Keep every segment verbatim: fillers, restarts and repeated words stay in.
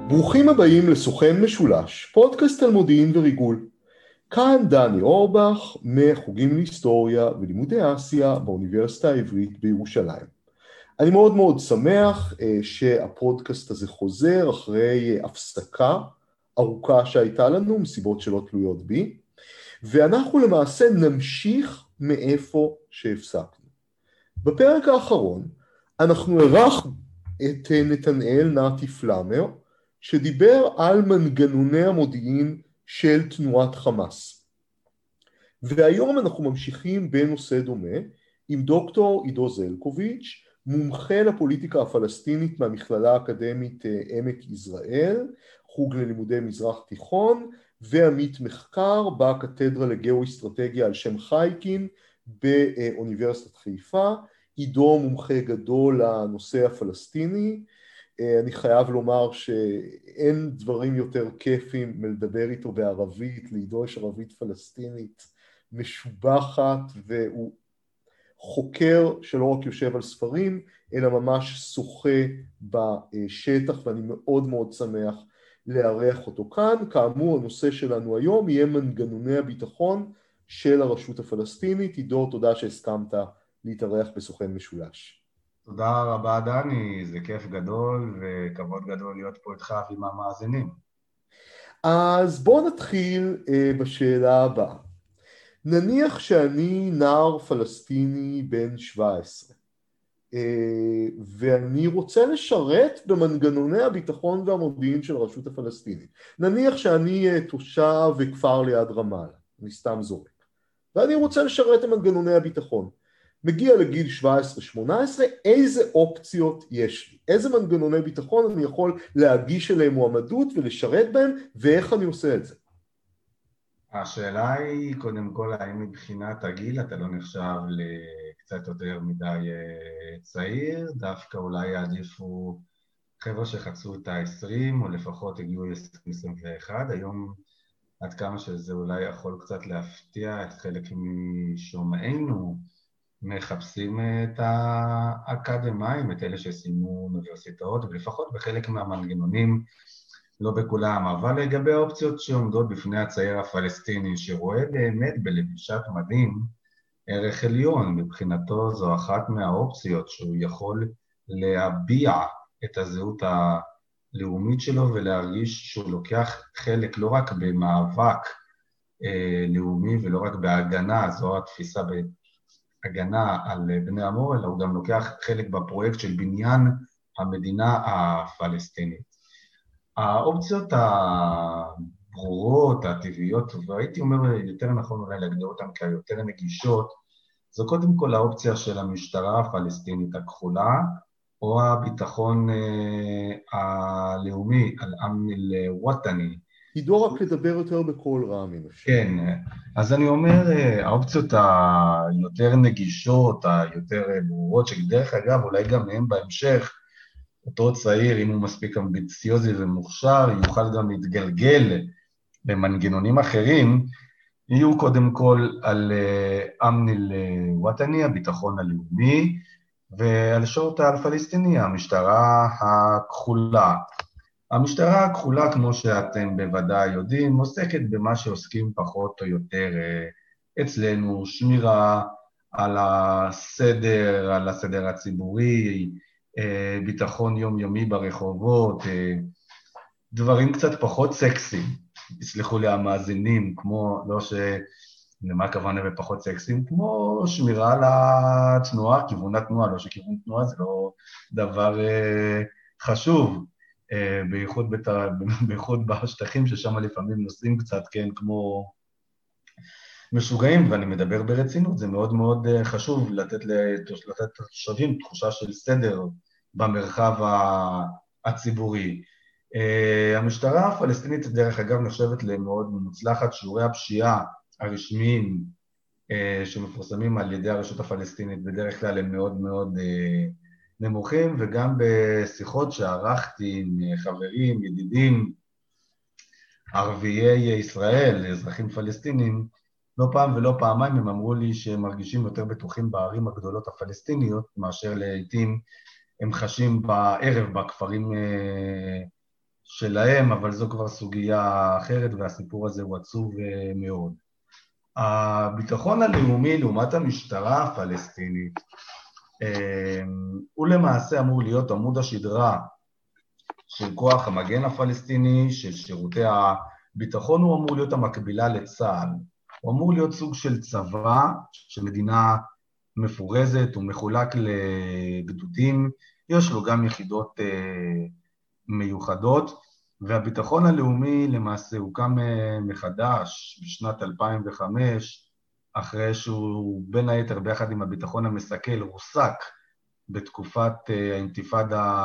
ברוכים הבאים לסוכן משולש, פודקאסט על מודיעין וריגול. כאן דני אורבך מחוגים להיסטוריה ולימודי אסיה באוניברסיטה העברית בירושלים. אני מאוד מאוד שמח uh, שהפודקאסט הזה חוזר אחרי uh, הפסקה ארוכה שהייתה לנו מסיבות שלא תלויות בי, ואנחנו למעשה נמשיך מאיפה שהפסקנו. בפרק האחרון אנחנו ערכנו את נתנאל נתי פלמר, שדיבר על מנגנוני המודיעין של תנועת חמאס. והיום אנחנו ממשיכים בנושא דומה עם דוקטור עידו זלקוביץ', מומחה לפוליטיקה הפלסטינית מהמכללה האקדמית עמק יזרעאל, חוג ללימודי מזרח תיכון, ועמית מחקר בקתדרה לגאו-אסטרטגיה על שם חייקין באוניברסיטת חיפה. עידו מומחה גדול לנושא הפלסטיני. אני חייב לומר שאין דברים יותר כיפים מלדבר איתו בערבית, לעידו יש ערבית פלסטינית משובחת, והוא חוקר שלא רק יושב על ספרים, אלא ממש שוחה בשטח, ואני מאוד מאוד שמח לארח אותו כאן. כאמור, הנושא שלנו היום יהיה מנגנוני הביטחון של הרשות הפלסטינית. עידו, תודה שהסכמת להתארח בסוכן משולש. תודה רבה דני, זה כיף גדול וכבוד גדול להיות פה איתך עם המאזינים. אז בואו נתחיל uh, בשאלה הבאה. נניח שאני נער פלסטיני בן שבע עשרה, uh, ואני רוצה לשרת במנגנוני הביטחון והמודיעין של הרשות הפלסטינית. נניח שאני uh, תושב וכפר ליד רמאללה, אני סתם זורק, ואני רוצה לשרת במנגנוני הביטחון. מגיע לגיל שבע עשרה שמונה עשרה, איזה אופציות יש לי? איזה מנגנוני ביטחון אני יכול להגיש אליהם מועמדות ולשרת בהם, ואיך אני עושה את זה? השאלה היא, קודם כל, האם מבחינת הגיל אתה לא נחשב לקצת יותר מדי צעיר, דווקא אולי יעדיפו חבר'ה שחצו את ה-עשרים, או לפחות הגיעו ל-עשרים עשרים ואחת, היום עד כמה שזה אולי יכול קצת להפתיע את חלק משומעינו, מחפשים את האקדמיים, את אלה שסיימו אוניברסיטאות, ולפחות בחלק מהמנגנונים, לא בכולם, אבל לגבי האופציות שעומדות בפני הצעיר הפלסטיני, שרואה באמת בלבישת מדים ערך עליון, מבחינתו זו אחת מהאופציות שהוא יכול להביע את הזהות הלאומית שלו, ולהרגיש שהוא לוקח חלק לא רק במאבק אה, לאומי, ולא רק בהגנה, זו התפיסה ב... הגנה על בני עמו, אלא הוא גם לוקח חלק בפרויקט של בניין המדינה הפלסטינית. האופציות הברורות, הטבעיות, והייתי אומר יותר נכון אולי להגדיר אותן כיותר נגישות, זו קודם כל האופציה של המשטרה הפלסטינית הכחולה, או הביטחון אה, הלאומי, אל-אמן אל-וטני, עידו, רק לדבר יותר בקול רם, אם אפשר. כן, אז אני אומר, האופציות היותר נגישות, היותר ברורות, שדרך אגב, אולי גם הם בהמשך, אותו צעיר, אם הוא מספיק אמביציוזי ומוכשר, יוכל גם להתגלגל במנגנונים אחרים, יהיו קודם כל על אמן אל-וטני, הביטחון הלאומי, ועל שורתה הפלסטיני, המשטרה הכחולה. המשטרה הכחולה, כמו שאתם בוודאי יודעים, עוסקת במה שעוסקים פחות או יותר אצלנו, שמירה על הסדר, על הסדר הציבורי, ביטחון יומיומי ברחובות, דברים קצת פחות סקסיים, יסלחו לי המאזינים, כמו, לא ש... למה הכוונה בפחות סקסיים, כמו שמירה על התנועה, כיוון התנועה, לא שכיוון תנועה זה לא דבר חשוב, בייחוד, בת... בייחוד בשטחים ששם לפעמים נוסעים קצת, כן, כמו משוגעים, ואני מדבר ברצינות, זה מאוד מאוד חשוב לתת לתושבים תחושה של סדר במרחב הציבורי. המשטרה הפלסטינית, דרך אגב, נחשבת למאוד מוצלחת, שיעורי הפשיעה הרשמיים שמפורסמים על ידי הרשות הפלסטינית, בדרך כלל הם מאוד מאוד נמוכים, וגם בשיחות שערכתי עם חברים, ידידים, ערביי ישראל, אזרחים פלסטינים, לא פעם ולא פעמיים הם אמרו לי שהם מרגישים יותר בטוחים בערים הגדולות הפלסטיניות, מאשר לעתים הם חשים בערב בכפרים שלהם, אבל זו כבר סוגיה אחרת, והסיפור הזה הוא עצוב מאוד. הביטחון הלאומי לעומת המשטרה הפלסטינית, הוא למעשה אמור להיות עמוד השדרה של כוח המגן הפלסטיני, של שירותי הביטחון, הוא אמור להיות המקבילה לצה"ל. הוא אמור להיות סוג של צבא, של מדינה מפורזת ומחולק לגדודים, יש לו גם יחידות מיוחדות, והביטחון הלאומי למעשה הוקם מחדש בשנת אלפיים וחמש, אחרי שהוא בין היתר ביחד עם הביטחון המסכל רוסק בתקופת האינתיפאדה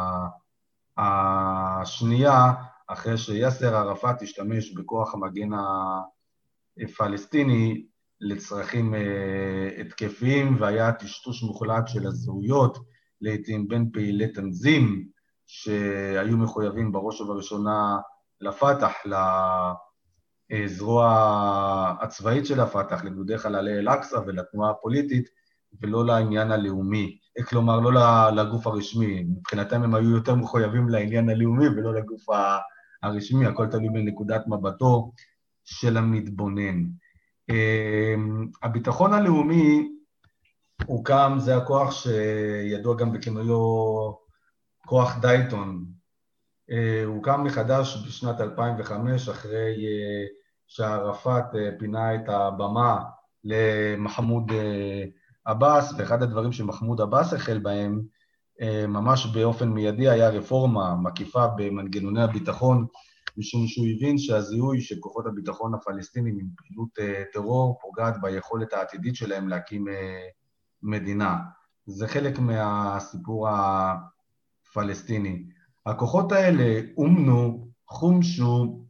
השנייה, אחרי שיאסר ערפאת השתמש בכוח המגן הפלסטיני לצרכים התקפיים, והיה טשטוש מוחלט של הזהויות, לעתים בין פעילי תנזים, שהיו מחויבים בראש ובראשונה לפתח, לזרוע הצבאית של הפתח, לגדודי חללי אל-אקצא ולתנועה הפוליטית, ולא לעניין הלאומי. כלומר, לא לגוף הרשמי. מבחינתם הם היו יותר מחויבים לעניין הלאומי ולא לגוף הרשמי, הכל תלוי בנקודת מבטו של המתבונן. הביטחון הלאומי הוקם, זה הכוח שידוע גם בכינויו כוח דייטון, הוא הוקם מחדש בשנת אלפיים וחמש, אחרי שערפאת פינה את הבמה למחמוד עבאס, ואחד הדברים שמחמוד עבאס החל בהם, ממש באופן מיידי, היה רפורמה מקיפה במנגנוני הביטחון, משום שהוא הבין שהזיהוי של כוחות הביטחון הפלסטינים עם פעילות טרור פוגעת ביכולת העתידית שלהם להקים מדינה. זה חלק מהסיפור ה... פלסטיני. הכוחות האלה אומנו, חומשו,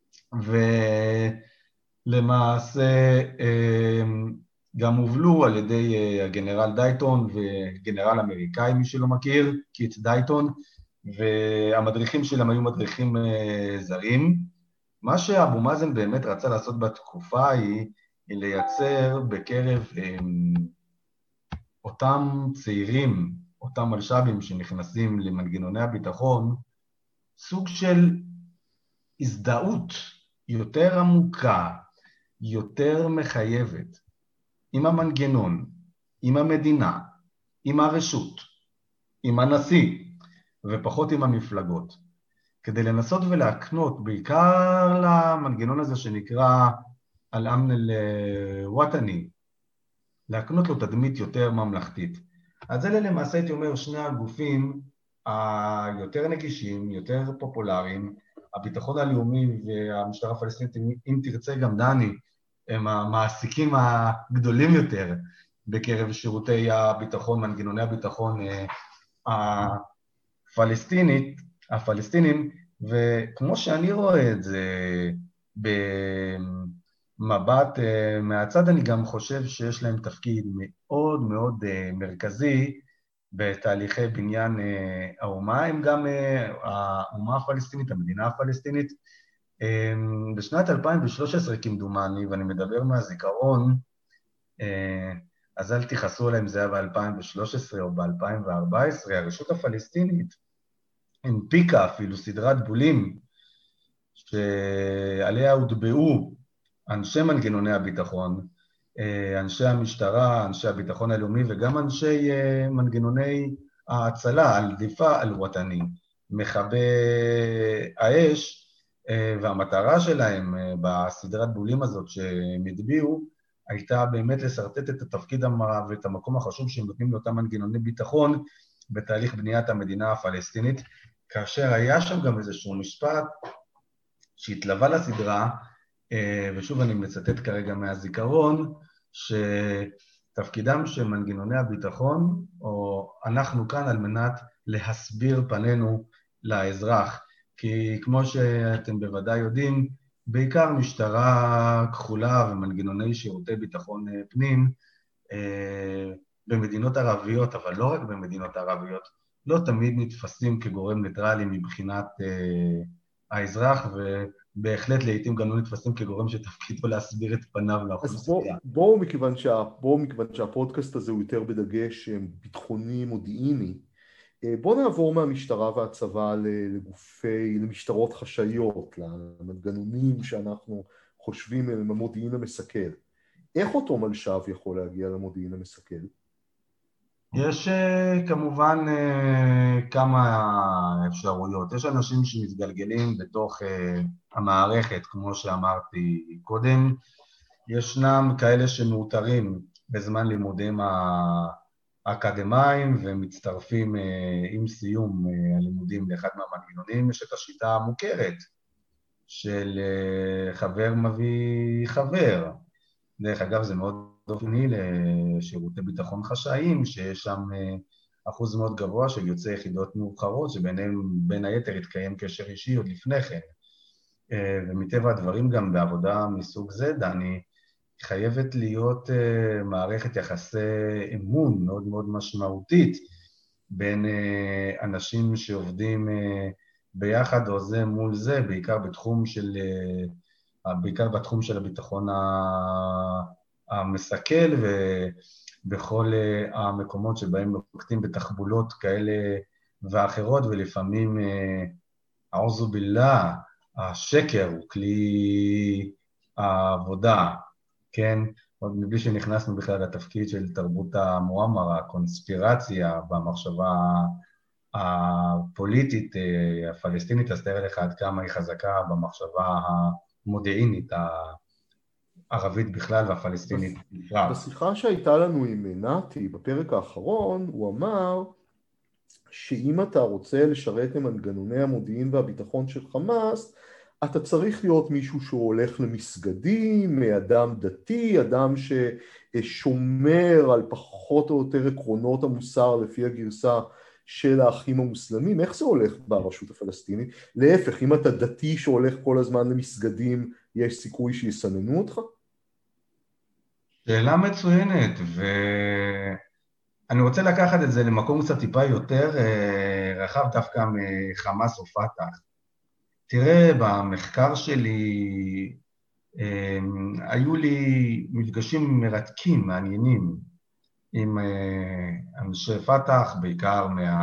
ולמעשה גם הובלו על ידי הגנרל דייטון וגנרל אמריקאי, מי שלא מכיר, קיט דייטון, והמדריכים שלהם היו מדריכים זרים. מה שאבו מאזן באמת רצה לעשות בתקופה היא, היא לייצר בקרב אותם צעירים, אותם מלשבים שנכנסים למנגנוני הביטחון, סוג של הזדהות יותר עמוקה, יותר מחייבת, עם המנגנון, עם המדינה, עם הרשות, עם הנשיא, ופחות עם המפלגות, כדי לנסות ולהקנות, בעיקר למנגנון הזה שנקרא אל-אמן אל-וטני, להקנות לו תדמית יותר ממלכתית. אז אלה למעשה, הייתי אומר, שני הגופים היותר נגישים, יותר פופולריים, הביטחון הלאומי והמשטרה הפלסטינית, אם תרצה גם דני, הם המעסיקים הגדולים יותר בקרב שירותי הביטחון, מנגנוני הביטחון הפלסטינית, הפלסטינים, וכמו שאני רואה את זה במבט מהצד, אני גם חושב שיש להם תפקיד מאוד מאוד מרכזי בתהליכי בניין האומה, הם גם האומה הפלסטינית, המדינה הפלסטינית. בשנת אלפיים ושלוש עשרה כמדומני, ואני מדבר מהזיכרון, אז אל תיחסו עליהם, זה היה ב-אלפיים ושלוש עשרה או ב-אלפיים וארבע עשרה, הרשות הפלסטינית הנפיקה אפילו סדרת בולים, שעליה הוטבעו אנשי מנגנוני הביטחון, אנשי המשטרה, אנשי הביטחון הלאומי, וגם אנשי מנגנוני ההצלה, על דיפה על וטני, מכבי האש, והמטרה שלהם בסדרת בולים הזאת שהם הדביעו, הייתה באמת לסרטט את התפקיד ואת המקום החשוב שהם נותנים לאותם מנגנוני ביטחון בתהליך בניית המדינה הפלסטינית, כאשר היה שם גם איזשהו משפט שהתלווה לסדרה, ושוב אני מצטט כרגע מהזיכרון, שתפקידם של מנגנוני הביטחון, או אנחנו כאן על מנת להסביר פנינו לאזרח, כי כמו שאתם בוודאי יודעים, בעיקר משטרה כחולה ומנגנוני שירותי ביטחון פנים, במדינות ערביות, אבל לא רק במדינות ערביות, לא תמיד נתפסים כגורם ניטרלי מבחינת האזרח, ובהחלט לעתים גם לא נתפסים כגורם שתפקידו להסביר את פניו לאוכלוסייה. אז בואו מכיוון, שה, בואו מכיוון שהפודקאסט הזה הוא יותר בדגש ביטחוני, מודיעיני, בוא נעבור מהמשטרה והצבא לגופי, למשטרות חשאיות, למנגנונים שאנחנו חושבים הם המודיעין המסכל. איך אותו מלש"ב יכול להגיע למודיעין המסכל? יש כמובן כמה אפשרויות. יש אנשים שמתגלגלים בתוך המערכת, כמו שאמרתי קודם. ישנם כאלה שמאותרים בזמן לימודים האקדמיים ומצטרפים עם סיום הלימודים לאחד מהמנגנונים. יש את השיטה המוכרת של חבר מביא חבר. דרך אגב, זה מאוד אופייני לשירותי ביטחון חשאיים, שיש שם אחוז מאוד גבוה של יוצאי יחידות מאוחרות, שביניהם בין היתר התקיים קשר אישי עוד לפני כן. ומטבע הדברים גם בעבודה מסוג זה, דני, חייבת להיות מערכת יחסי אמון מאוד מאוד משמעותית בין אנשים שעובדים ביחד או זה מול זה, בעיקר בתחום של, בעיקר בתחום של הביטחון המסכל ובכל המקומות שבהם נוקטים בתחבולות כאלה ואחרות, ולפעמים אעוזו ביללה, השקר הוא כלי העבודה, כן? עוד מבלי שנכנסנו בכלל לתפקיד של תרבות המואמרה, הקונספירציה במחשבה הפוליטית הפלסטינית, אז תאר לך עד כמה היא חזקה במחשבה המודיעינית הערבית בכלל והפלסטינית בפרט. בשיחה שהייתה לנו עם נתי בפרק האחרון, הוא אמר שאם אתה רוצה לשרת למנגנוני המודיעין והביטחון של חמאס, אתה צריך להיות מישהו שהולך למסגדים, אדם דתי, אדם ששומר על פחות או יותר עקרונות המוסר לפי הגרסה של האחים המוסלמים. איך זה הולך ברשות הפלסטינית? להפך, אם אתה דתי שהולך כל הזמן למסגדים, יש סיכוי שיסננו אותך? שאלה מצוינת, ואני רוצה לקחת את זה למקום קצת טיפה יותר רחב דווקא מחמאס או פתח. תראה, במחקר שלי היו לי מפגשים מרתקים, מעניינים, עם אנשי פתח, בעיקר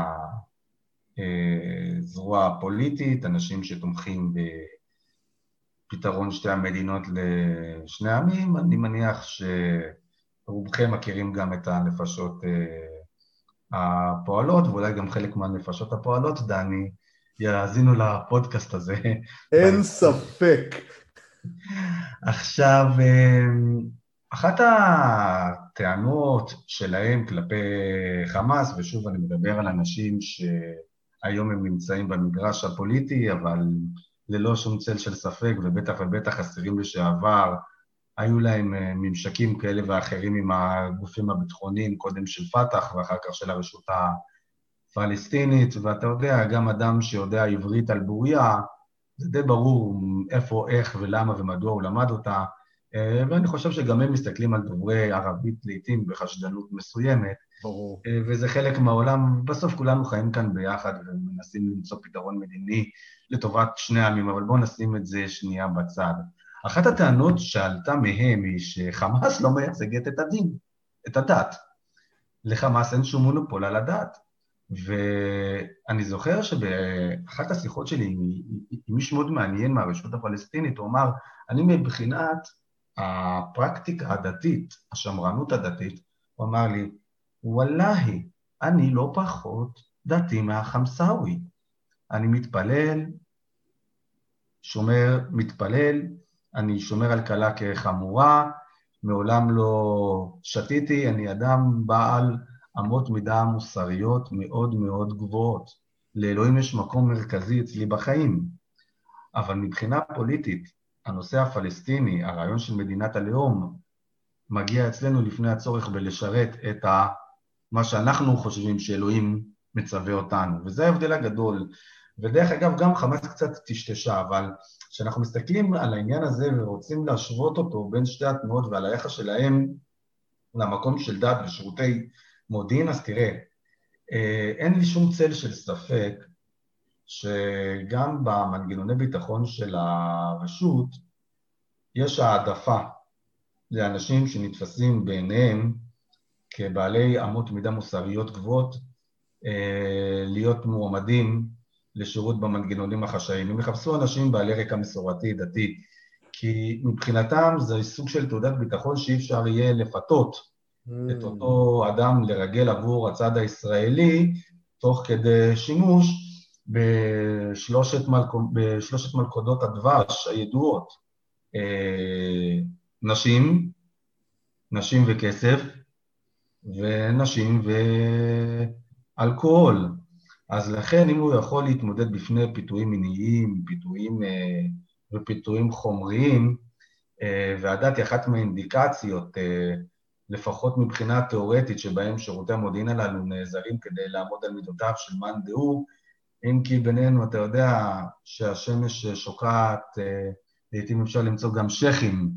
מהזרוע הפוליטית, אנשים שתומכים בפתרון שתי המדינות לשני העמים. אני מניח שרובכם מכירים גם את הנפשות הפועלות, ואולי גם חלק מהנפשות הפועלות, דני, יאזינו לפודקאסט הזה. אין ספק. עכשיו, אחת הטענות שלהם כלפי חמאס, ושוב אני מדבר על אנשים שהיום הם נמצאים במגרש הפוליטי, אבל ללא שום צל של ספק, ובטח ובטח אסירים לשעבר, היו להם ממשקים כאלה ואחרים עם הגופים הביטחוניים, קודם של פתח ואחר כך של הרשות הפלסטינית, ואתה יודע, גם אדם שיודע עברית על בוריה, זה די ברור איפה, איך ולמה ומדוע הוא למד אותה, ואני חושב שגם הם מסתכלים על דוברי ערבית לעתים בחשדנות מסוימת, ברור. וזה חלק מהעולם. בסוף כולנו חיים כאן ביחד ומנסים למצוא פתרון מדיני לטובת שני העמים, אבל בואו נשים את זה שנייה בצד. אחת הטענות שעלתה מהם היא שחמאס לא מייצגת את הדין, את הדת. לחמאס אין שום מונופול על הדת. ואני זוכר שבאחת השיחות שלי עם מישהו מאוד מעניין מהרשות הפלסטינית, הוא אמר, אני מבחינת הפרקטיקה הדתית, השמרנות הדתית, הוא אמר לי, וואלהי, אני לא פחות דתי מהחמסאווי. אני מתפלל, שומר, מתפלל, אני שומר על קלה כחמורה, מעולם לא שתיתי, אני אדם בעל אמות מידה מוסריות מאוד מאוד גבוהות. לאלוהים יש מקום מרכזי אצלי בחיים. אבל מבחינה פוליטית, הנושא הפלסטיני, הרעיון של מדינת הלאום, מגיע אצלנו לפני הצורך בלשרת את ה... מה שאנחנו חושבים שאלוהים מצווה אותנו. וזה ההבדל הגדול. ודרך אגב, גם חמאס קצת תשתשה, אבל כשאנחנו מסתכלים על העניין הזה ורוצים להשוות אותו בין שתי התנועות ועל היחס שלהם למקום של דת ושירותי מודיעין, אז תראה, אין לי שום צל של ספק שגם במנגנוני ביטחון של הרשות יש העדפה לאנשים שנתפסים בעיניהם כבעלי אמות מידה מוסריות גבוהות להיות מועמדים לשירות במנגנונים החשאיים. הם יחפשו אנשים בעלי רקע מסורתי, דתי, כי מבחינתם זה סוג של תעודת ביטחון שאי אפשר יהיה לפתות Mm. את אותו אדם לרגל עבור הצד הישראלי, תוך כדי שימוש בשלושת, מלכו, בשלושת מלכודות הדבש הידועות. נשים, נשים וכסף, ונשים ואלכוהול. אז לכן אם הוא יכול להתמודד בפני פיתויים מיניים, פיתויים ופיתויים חומריים, והדת היא אחת מהאינדיקציות, לפחות מבחינה תיאורטית, שבהם שירותי המודיעין הללו נעזרים כדי לעמוד על מידותיו של מאן דהוא, אם כי בינינו אתה יודע שהשמש שוקעת, לעתים אפשר למצוא גם שכים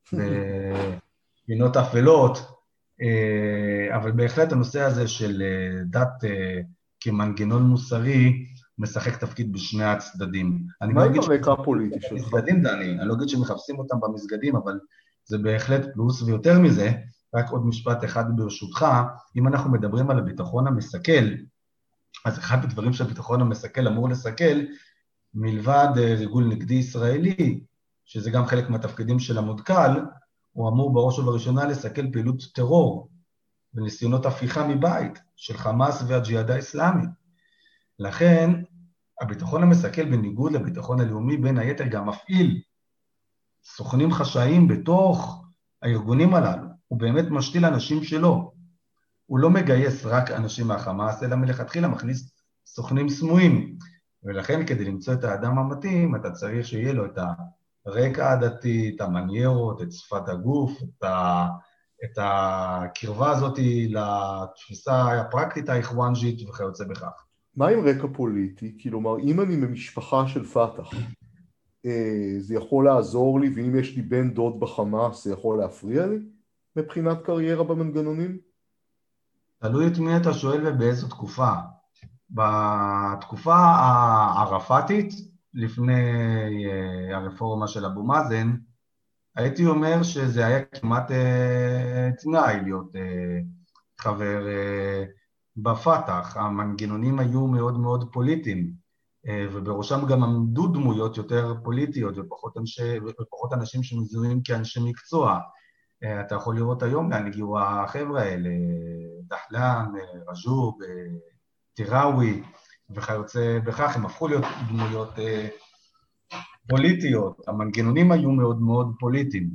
בפינות אפלות, אבל בהחלט הנושא הזה של דת כמנגנון מוסרי, משחק תפקיד בשני הצדדים. מה עם הרקע הפוליטי שלך? במסגדים, דני, אני לא אגיד שמחפשים אותם במסגדים, אבל זה בהחלט פלוס, ויותר מזה, רק עוד משפט אחד ברשותך, אם אנחנו מדברים על הביטחון המסכל, אז אחד הדברים שהביטחון המסכל אמור לסכל, מלבד ריגול נגדי ישראלי, שזה גם חלק מהתפקידים של המודכ"ל, הוא אמור בראש ובראשונה לסכל פעילות טרור, וניסיונות הפיכה מבית, של חמאס והג'יהאד האסלאמי. לכן, הביטחון המסכל בניגוד לביטחון הלאומי, בין היתר גם מפעיל סוכנים חשאיים בתוך הארגונים הללו. הוא באמת משתיל אנשים שלו. הוא לא מגייס רק אנשים מהחמאס, אלא מלכתחילה מכניס סוכנים סמויים. ולכן כדי למצוא את האדם המתאים, אתה צריך שיהיה לו את הרקע הדתי, את המניירות, את שפת הגוף, את, ה... את הקרבה הזאת לתפיסה הפרקטית האיחואנג'ית וכיוצא בכך. מה עם רקע פוליטי? כלומר, אם אני ממשפחה של פתח, זה יכול לעזור לי, ואם יש לי בן דוד בחמאס, זה יכול להפריע לי מבחינת קריירה במנגנונים? תלוי את מי אתה שואל ובאיזו תקופה. בתקופה הערפתית, לפני הרפורמה של אבו מאזן, הייתי אומר שזה היה כמעט תנאי להיות חבר בפתח. המנגנונים היו מאוד מאוד פוליטיים, ובראשם גם עמדו דמויות יותר פוליטיות, ופחות, אנשי, ופחות אנשים שמזוהים כאנשי מקצוע. אתה יכול לראות היום לאן הגיעו החבר'ה האלה, דחלן, רג'וב, טיראווי, וכיוצא בכך, הם הפכו להיות דמויות פוליטיות. המנגנונים היו מאוד מאוד פוליטיים.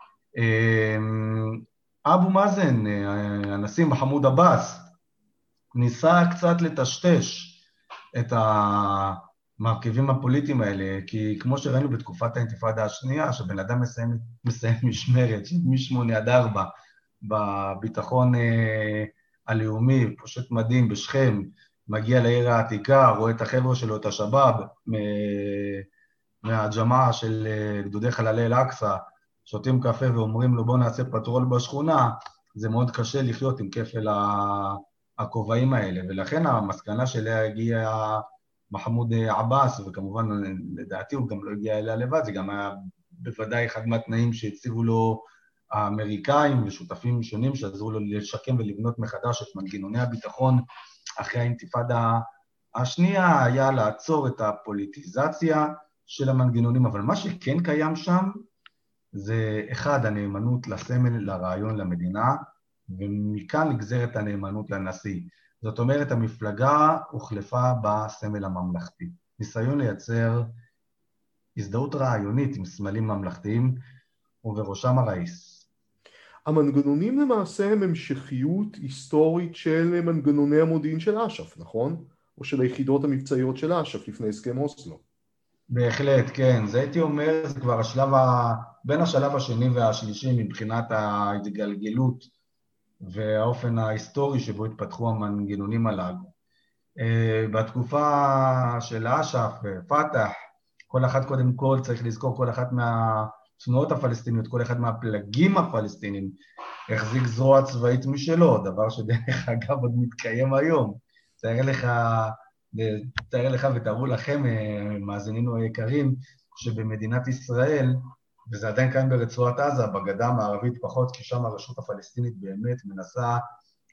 אבו מאזן, הנשיא מחמוד עבאס, ניסה קצת לטשטש את המרכיבים הפוליטיים האלה, כי כמו שראינו בתקופת האינתיפאדה השנייה, שבן אדם מסיים, מסיים משמרת משמונה עד ארבע בביטחון הלאומי, פושט מדים בשכם, מגיע לעיר העתיקה, רואה את החבר'ה שלו, את השבאב, מהג'מאעה של גדודי חללי אל-אקצא, שותים קפה ואומרים לו בוא נעשה פטרול בשכונה, זה מאוד קשה לחיות עם כפל הכובעים האלה, ולכן המסקנה שאליה הגיע מחמוד עבאס, וכמובן לדעתי הוא גם לא הגיע אליה לבד, זה גם היה בוודאי אחד מהתנאים שהציבו לו האמריקאים ושותפים שונים שעזרו לו לשקם ולבנות מחדש את מנגנוני הביטחון אחרי האינתיפאדה השנייה, היה לעצור את הפוליטיזציה של המנגנונים, אבל מה שכן קיים שם זה אחד, הנאמנות לסמל, לרעיון, למדינה, ומכאן נגזרת הנאמנות לנשיא. זאת אומרת, המפלגה הוחלפה בסמל הממלכתי. ניסיון לייצר הזדהות רעיונית עם סמלים ממלכתיים, ובראשם הראיס. המנגנונים למעשה הם המשכיות היסטורית של מנגנוני המודיעין של אש"ף, נכון? או של היחידות המבצעיות של אש"ף לפני הסכם אוסלו. בהחלט, כן. זה הייתי אומר, זה כבר השלב ה... בין השלב השני והשלישי מבחינת ההתגלגלות והאופן ההיסטורי שבו התפתחו המנגנונים הללו. בתקופה של אש"ף, פתח, כל אחד קודם כל צריך לזכור, כל אחת מהתנועות הפלסטיניות, כל אחד מהפלגים הפלסטינים, החזיק זרוע צבאית משלו, דבר שדרך אגב עוד מתקיים היום. תאר לך, תאר לך ותארו לכם, מאזינינו היקרים, שבמדינת ישראל, וזה עדיין קיים ברצועת עזה, בגדה המערבית פחות, כי שם הרשות הפלסטינית באמת מנסה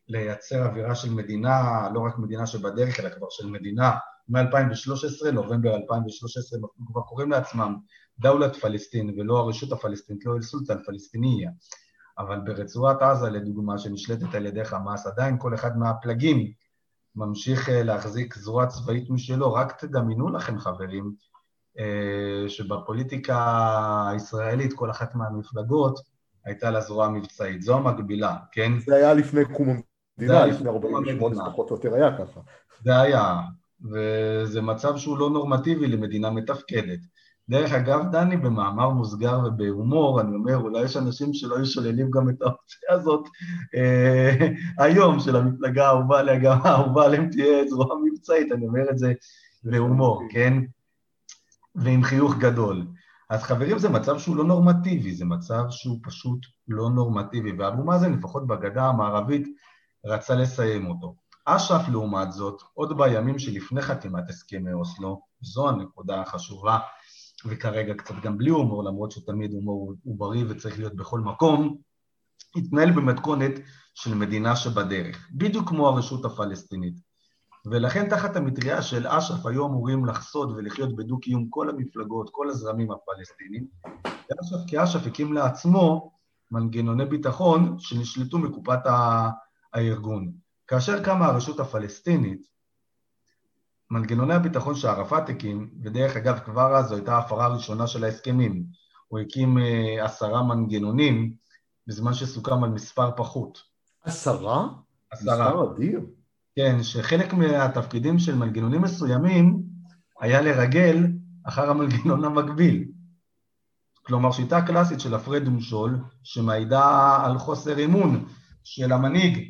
לייצר אווירה של מדינה, לא רק מדינה שבדרך, אלא כבר של מדינה, מ-אלפיים ושלוש עשרה, נובמבר אלפיים ושלוש עשרה, כבר קוראים לעצמם דאולת פלסטין, ולא הרשות הפלסטינית, לא אל-סולטן פלסטיניה. אבל ברצועת עזה, לדוגמה, שנשלטת על ידי חמאס, עדיין כל אחד מהפלגים ממשיך להחזיק זרוע צבאית משלו. רק תדמיינו לכם, חברים, שבפוליטיקה הישראלית, כל אחת מהמפלגות הייתה לה זרוע מבצעית. זו המקבילה, כן? זה היה לפני קום המדינה, לפני ארבעים ושמונה, המדינה. זה פחות או יותר היה ככה. זה היה, וזה מצב שהוא לא נורמטיבי למדינה מתפקדת. דרך אגב, דני, במאמר מוסגר ובהומור, אני אומר, אולי יש אנשים שלא ישוללים גם את האופציה הזאת, אה, היום של המפלגה האהובה עליה, גם האהובה עליהם תהיה זרוע מבצעית, אני אומר את זה בהומור, כן? ועם חיוך גדול. אז חברים, זה מצב שהוא לא נורמטיבי, זה מצב שהוא פשוט לא נורמטיבי, ואבו מאזן, לפחות בגדה המערבית, רצה לסיים אותו. אש"ף, לעומת זאת, עוד בימים שלפני חתימת הסכמי אוסלו, זו הנקודה החשובה, וכרגע קצת גם בלי הומור, למרות שתמיד הומור הוא בריא וצריך להיות בכל מקום, התנהל במתכונת של מדינה שבדרך, בדיוק כמו הרשות הפלסטינית. ולכן תחת המטריה של אש"ף היו אמורים לחסוד ולחיות בדו-קיום כל המפלגות, כל הזרמים הפלסטינים, ואש"ף כאש"ף הקים לעצמו מנגנוני ביטחון שנשלטו מקופת הארגון. כאשר קמה הרשות הפלסטינית, מנגנוני הביטחון שערפאת הקים, ודרך אגב כבר אז זו הייתה ההפרה הראשונה של ההסכמים, הוא הקים אה, עשרה מנגנונים, בזמן שסוכם על מספר פחות. עשרה? עשרה. מספר אדיר? כן, שחלק מהתפקידים של מנגנונים מסוימים, היה לרגל אחר המנגנון המקביל. כלומר, שיטה קלאסית של הפרד ומשול, שמעידה על חוסר אמון של המנהיג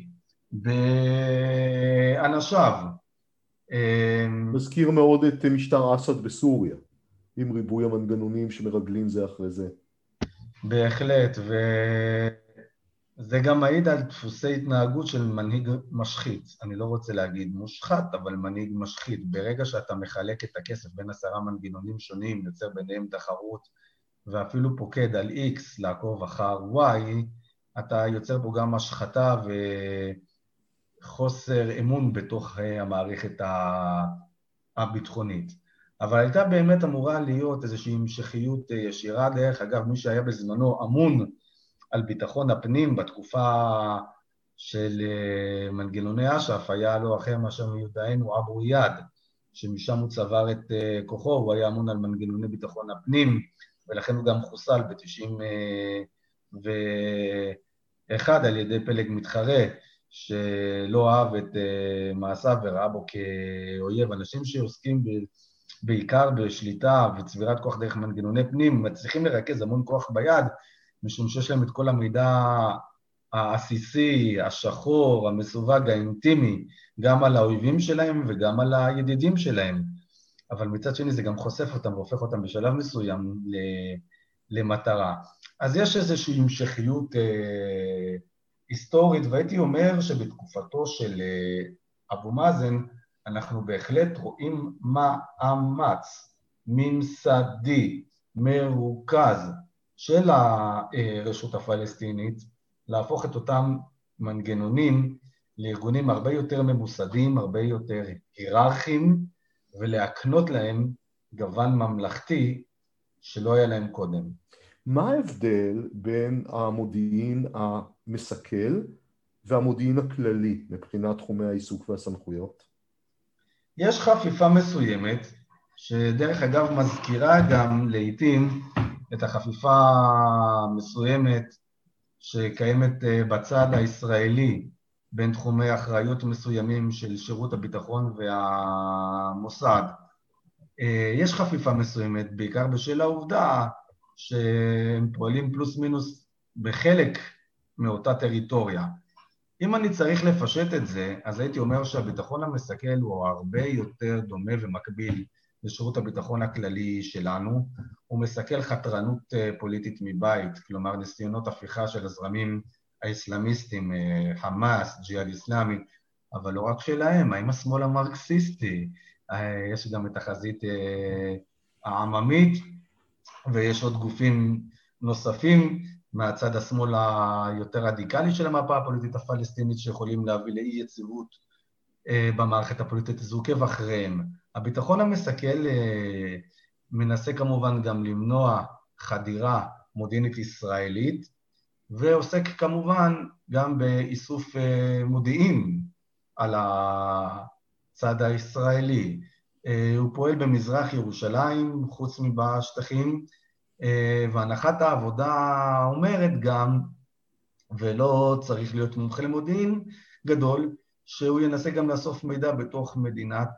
באנשיו. מזכיר מאוד את משטר אסד בסוריה, עם ריבוי המנגנונים שמרגלים זה אחרי זה. בהחלט, וזה גם מעיד על דפוסי התנהגות של מנהיג משחית. אני לא רוצה להגיד מושחת, אבל מנהיג משחית. ברגע שאתה מחלק את הכסף בין עשרה מנגנונים שונים, יוצר ביניהם תחרות, ואפילו פוקד על X לעקוב אחר Y, אתה יוצר בו גם השחתה וחוסר אמון בתוך המערכת הביטחונית. אבל הייתה באמת אמורה להיות איזושהי המשכיות ישירה. דרך אגב, מי שהיה בזמנו אמון על ביטחון הפנים בתקופה של מנגנוני אש"ף, היה לו אחר מאשר מיודענו אבו איאד, שמשם הוא צבר את כוחו, הוא היה אמון על מנגנוני ביטחון הפנים, ולכן הוא גם חוסל ב-תשעים ואחת על ידי פלג מתחרה, שלא אהב את מעשיו וראה בו כאויב. אנשים שעוסקים בעיקר בשליטה וצבירת כוח דרך מנגנוני פנים, מצליחים לרכז המון כוח ביד, משום שיש להם את כל המידע העסיסי, השחור, המסווג, האינטימי, גם על האויבים שלהם וגם על הידידים שלהם. אבל מצד שני זה גם חושף אותם והופך אותם בשלב מסוים למטרה. אז יש איזושהי המשכיות אה, היסטורית, והייתי אומר שבתקופתו של אה, אבו מאזן, אנחנו בהחלט רואים מאמץ ממסדי, מרוכז של הרשות הפלסטינית, להפוך את אותם מנגנונים לארגונים הרבה יותר ממוסדים, הרבה יותר היררכיים, ולהקנות להם גוון ממלכתי שלא היה להם קודם. מה ההבדל בין המודיעין המסכל והמודיעין הכללי מבחינת תחומי העיסוק והסמכויות? יש חפיפה מסוימת, שדרך אגב מזכירה גם לעתים את החפיפה המסוימת שקיימת בצד הישראלי, בין תחומי אחריות מסוימים של שירות הביטחון והמוסד. יש חפיפה מסוימת, בעיקר בשל העובדה שהם פועלים פלוס מינוס בחלק מאותה טריטוריה. אם אני צריך לפשט את זה, אז הייתי אומר שהביטחון המסכל הוא הרבה יותר דומה ומקביל לשירות הביטחון הכללי שלנו. הוא מסכל חתרנות פוליטית מבית, כלומר ניסיונות הפיכה של הזרמים האסלאמיסטים, חמאס, ג'יהאד אסלאמי, אבל לא רק שלהם, האם השמאל המרקסיסטי, יש גם את החזית העממית, ויש עוד גופים נוספים מהצד השמאל היותר רדיקלי של המפה הפוליטית הפלסטינית, שיכולים להביא לאי יציבות במערכת הפוליטית, אז הוא עוקב אחריהם. הביטחון המסכל מנסה כמובן גם למנוע חדירה מודיעינית ישראלית, ועוסק כמובן גם באיסוף מודיעין על הצד הישראלי. הוא פועל במזרח ירושלים, חוץ מבשטחים, והנחת העבודה אומרת גם, ולא צריך להיות מומחה למודיעין גדול, שהוא ינסה גם לאסוף מידע בתוך מדינת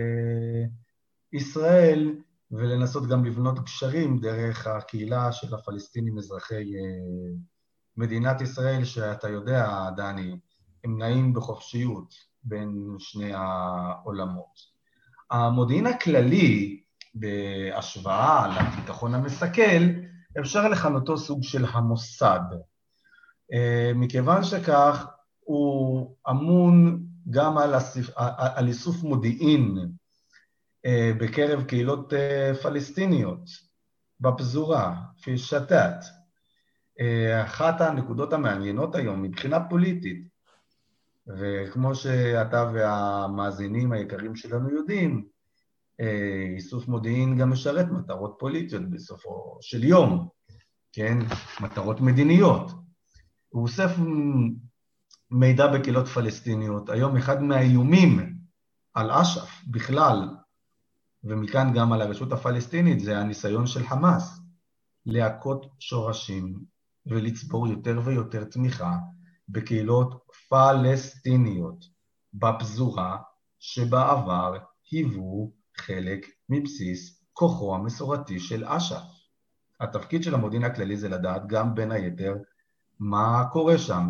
ישראל, ולנסות גם לבנות קשרים דרך הקהילה של הפלסטינים אזרחי מדינת ישראל, שאתה יודע, דני, הם נעים בחופשיות בין שני העולמות. המודיעין הכללי, בהשוואה לביטחון המסכל, אפשר לכנותו סוג של המוסד. מכיוון שכך, הוא אמון גם על, הסיפ... על איסוף מודיעין בקרב קהילות פלסטיניות, בפזורה, פי שתת. אחת הנקודות המעניינות היום מבחינה פוליטית, וכמו שאתה והמאזינים היקרים שלנו יודעים, איסוף מודיעין גם משרת מטרות פוליטיות בסופו של יום, כן? מטרות מדיניות. הוא אוסף מידע בקהילות פלסטיניות. היום אחד מהאיומים על אש"ף בכלל, ומכאן גם על הרשות הפלסטינית, זה הניסיון של חמאס להכות שורשים ולצבור יותר ויותר תמיכה בקהילות פלסטיניות בפזורה שבעבר היוו חלק מבסיס כוחו המסורתי של אש"ף. התפקיד של המודיעין הכללי זה לדעת גם בין היתר מה קורה שם,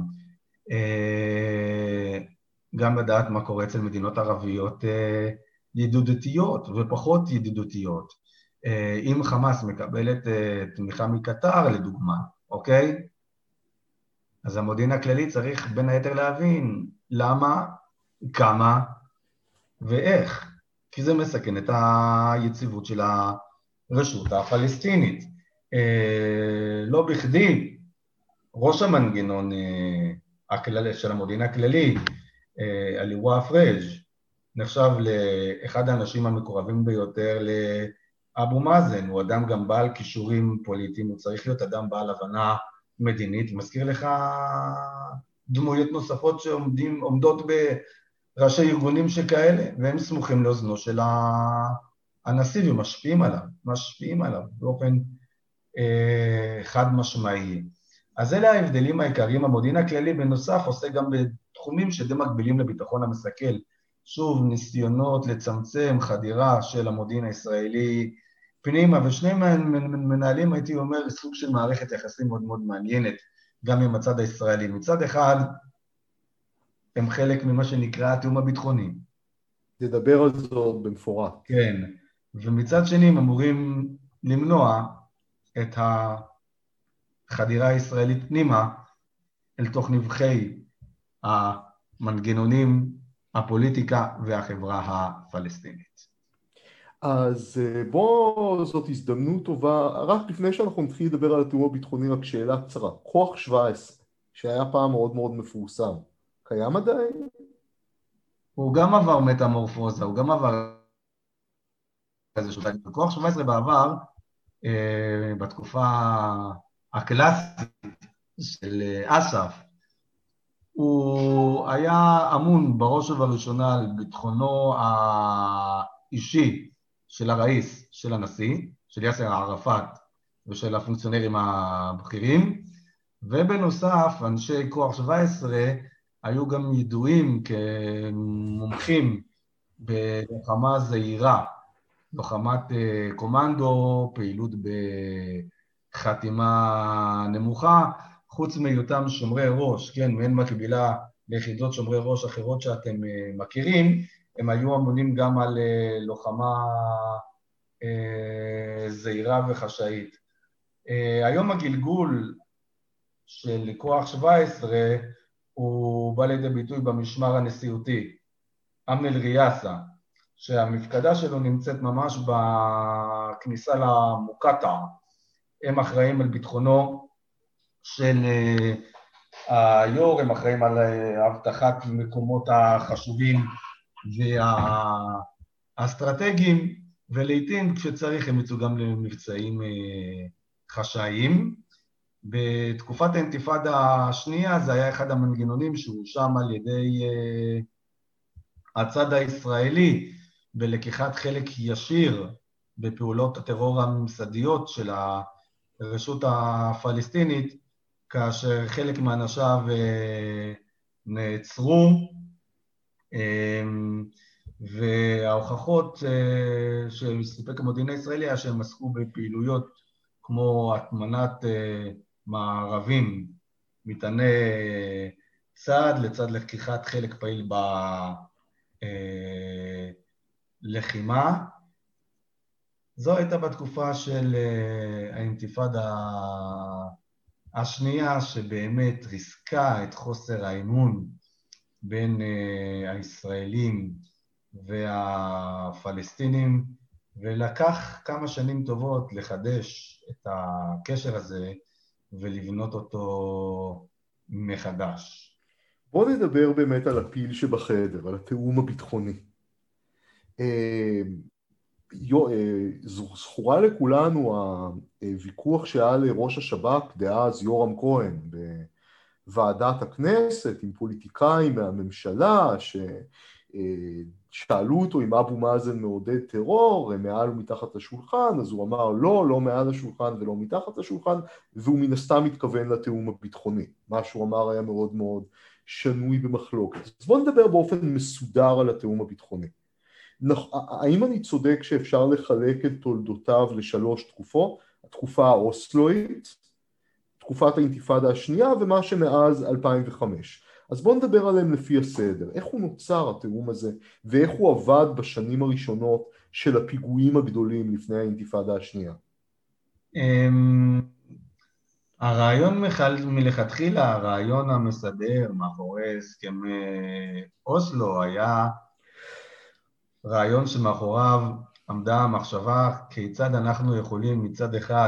גם לדעת מה קורה אצל מדינות ערביות ידידותיות ופחות ידידותיות. אם חמאס מקבלת תמיכה מקטר לדוגמה, אוקיי? אז המודיעין הכללי צריך בין היתר להבין למה, כמה ואיך, כי זה מסכן את היציבות של הרשות הפלסטינית. לא בכדי, ראש המנגנון הכללי, של המודיעין הכללי, עליווה פריג', נחשב לאחד האנשים המקורבים ביותר לאבו מאזן. הוא אדם גם בעל כישורים פוליטיים, הוא צריך להיות אדם בעל הבנה מדינית. מזכיר לך דמויות נוספות שעומדות בראשי ארגונים שכאלה, והם סמוכים לאוזנו של הנשיא ומשפיעים עליו, משפיעים עליו באופן אה, חד משמעי. אז אלה ההבדלים העיקריים. המודיעין הכללי בנוסף עושה גם בתחומים שדי מקבילים לביטחון המסכל. שוב, ניסיונות לצמצם חדירה של המודיעין הישראלי פנימה, ושני מנהלים, הייתי אומר, סוג של מערכת יחסים מאוד מאוד מעניינת, גם עם הצד הישראלי. מצד אחד, הם חלק ממה שנקרא התיאום הביטחוני. תדבר על זאת במפורט. כן, ומצד שני הם אמורים למנוע את החדירה הישראלית פנימה אל תוך נבחי המנגנונים, הפוליטיקה והחברה הפלסטינית. אז בוא, זאת הזדמנות טובה, רק לפני שאנחנו נתחיל לדבר על התיאום הביטחוני, רק שאלה קצרה. כוח שבע עשרה, שהיה פעם מאוד מאוד מפורסם, קיים עדיין? הוא גם עבר מטמורפוזה, הוא גם עבר איזשהו... כוח שבע עשרה בעבר, בתקופה הקלאסית של אש"ף, הוא היה אמון בראש ובראשונה על ביטחונו האישי של הראיס, של הנשיא, של יאסר ערפאת ושל הפונקציונרים הבכירים, ובנוסף אנשי כוח שבע עשרה היו גם ידועים כמומחים בלוחמה זהירה, לוחמת קומנדו, פעילות בחתימה נמוכה, חוץ מהיותם שומרי ראש, כן, מעין מקבילה ליחידות שומרי ראש אחרות שאתם מכירים, הם היו אמונים גם על לוחמה זהירה וחשאית. היום הגלגול של כוח שבע עשרה הוא בא לידי ביטוי במשמר הנשיאותי, אמן אל-ריאסה, שהמפקדה שלו נמצאת ממש בכניסה למוקטע. הם אחראים על ביטחונו של היו"ר, הם אחראים על הבטחת מקומות החשובים והאסטרטגיים, ולעיתים כשצריך הם יצאו גם למבצעים חשאיים. בתקופת האינתיפאדה השנייה זה היה אחד המנגנונים שהושם על ידי הצד הישראלי בלקיחת חלק ישיר בפעולות הטרור הממסדיות של הרשות הפלסטינית, כאשר חלק מאנשיו נעצרו, וההוכחות שסיפק המודיעין הישראלי היה שהם עסקו בפעילויות כמו הטמנת מערבים, מטעני צד לצד לקיחת חלק פעיל בלחימה. זו הייתה בתקופה של האינתיפאדה השנייה, שבאמת ריסקה את חוסר האמון בין הישראלים והפלסטינים, ולקח כמה שנים טובות לחדש את הקשר הזה ולבנות אותו מחדש. בואו נדבר באמת על הפיל שבחדר, על התיאום הביטחוני. זכורה לכולנו הוויכוח שהיה לראש השב"כ דאז יורם כהן בוועדת הכנסת עם פוליטיקאים מהממשלה ששאלו אותו אם אבו מאזן מעודד טרור מעל ומתחת לשולחן, אז הוא אמר לא, לא מעל השולחן ולא מתחת לשולחן, והוא מן הסתם מתכוון לתיאום הביטחוני. מה שהוא אמר היה מאוד מאוד שנוי במחלוקת. אז בואו נדבר באופן מסודר על התיאום הביטחוני. האם אני צודק שאפשר לחלק את תולדותיו לשלוש תקופות? התקופה האוסלואית, תקופת האינתיפאדה השנייה ומה שמאז אלפיים וחמש. אז בואו נדבר עליהם לפי הסדר. איך הוא נוצר התיאום הזה ואיך הוא עבד בשנים הראשונות של הפיגועים הגדולים לפני האינתיפאדה השנייה? הרעיון מלכתחילה, הרעיון המסדר מאחורי הסכם אוסלו היה רעיון שמאחוריו עמדה המחשבה כיצד אנחנו יכולים מצד אחד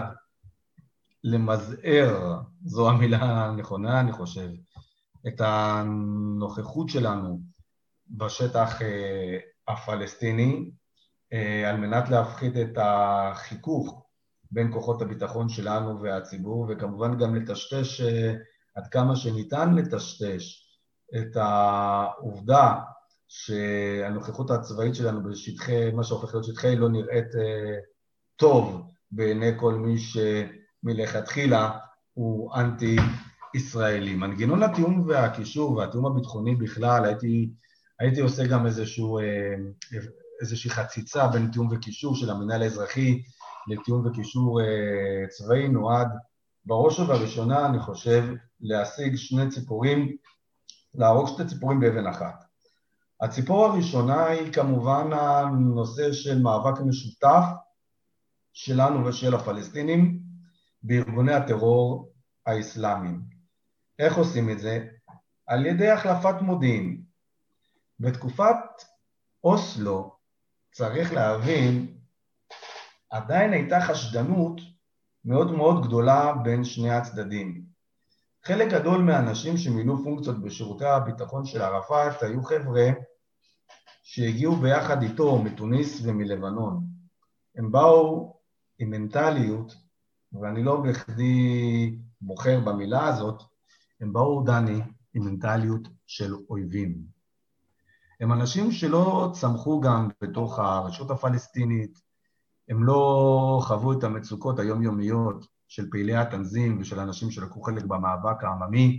למזער, זו המילה הנכונה אני חושב, את הנוכחות שלנו בשטח הפלסטיני, על מנת להפחית את החיכוך בין כוחות הביטחון שלנו והציבור, וכמובן גם לטשטש עד כמה שניתן לטשטש את העובדה שהנוכחות הצבאית שלנו בשטחי, מה שהופך להיות שטחי, לא נראית אה, טוב בעיני כל מי שמלכתחילה הוא אנטי-ישראלי. מנגנון התיאום והקישור והתיאום הביטחוני בכלל, הייתי, הייתי עושה גם איזשהו, אה, איזושהי חציצה בין תיאום וקישור של המנהל האזרחי לתיאום וקישור אה, צבאי, נועד בראש ובראשונה, אני חושב, להשיג שני ציפורים, להרוג שתי ציפורים באבן אחת. הציפור הראשונה היא כמובן הנושא של מאבק משותף שלנו ושל הפלסטינים בארגוני הטרור האסלאמיים. איך עושים את זה? על ידי החלפת מודיעין. בתקופת אוסלו, צריך להבין, עדיין הייתה חשדנות מאוד מאוד גדולה בין שני הצדדים. חלק גדול מהאנשים שמילאו פונקציות בשירותי הביטחון של ערפאת היו חבר'ה שהגיעו ביחד איתו מתוניס ומלבנון. הם באו עם מנטליות, ואני לא בכדי בוחר במילה הזאת, הם באו, דני, עם מנטליות של אויבים. הם אנשים שלא צמחו גם בתוך הרשות הפלסטינית, הם לא חוו את המצוקות היומיומיות של פעילי התנזים ושל אנשים שלקחו חלק במאבק העממי.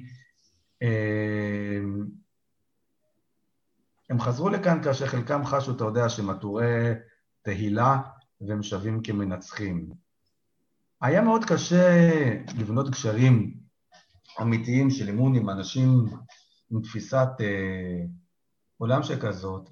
הם חזרו לכאן כאשר חלקם חשו, אתה יודע, שמטורי תהילה והם שווים כמנצחים. היה מאוד קשה לבנות קשרים אמיתיים של אמון עם אנשים עם תפיסת אה, עולם שכזאת,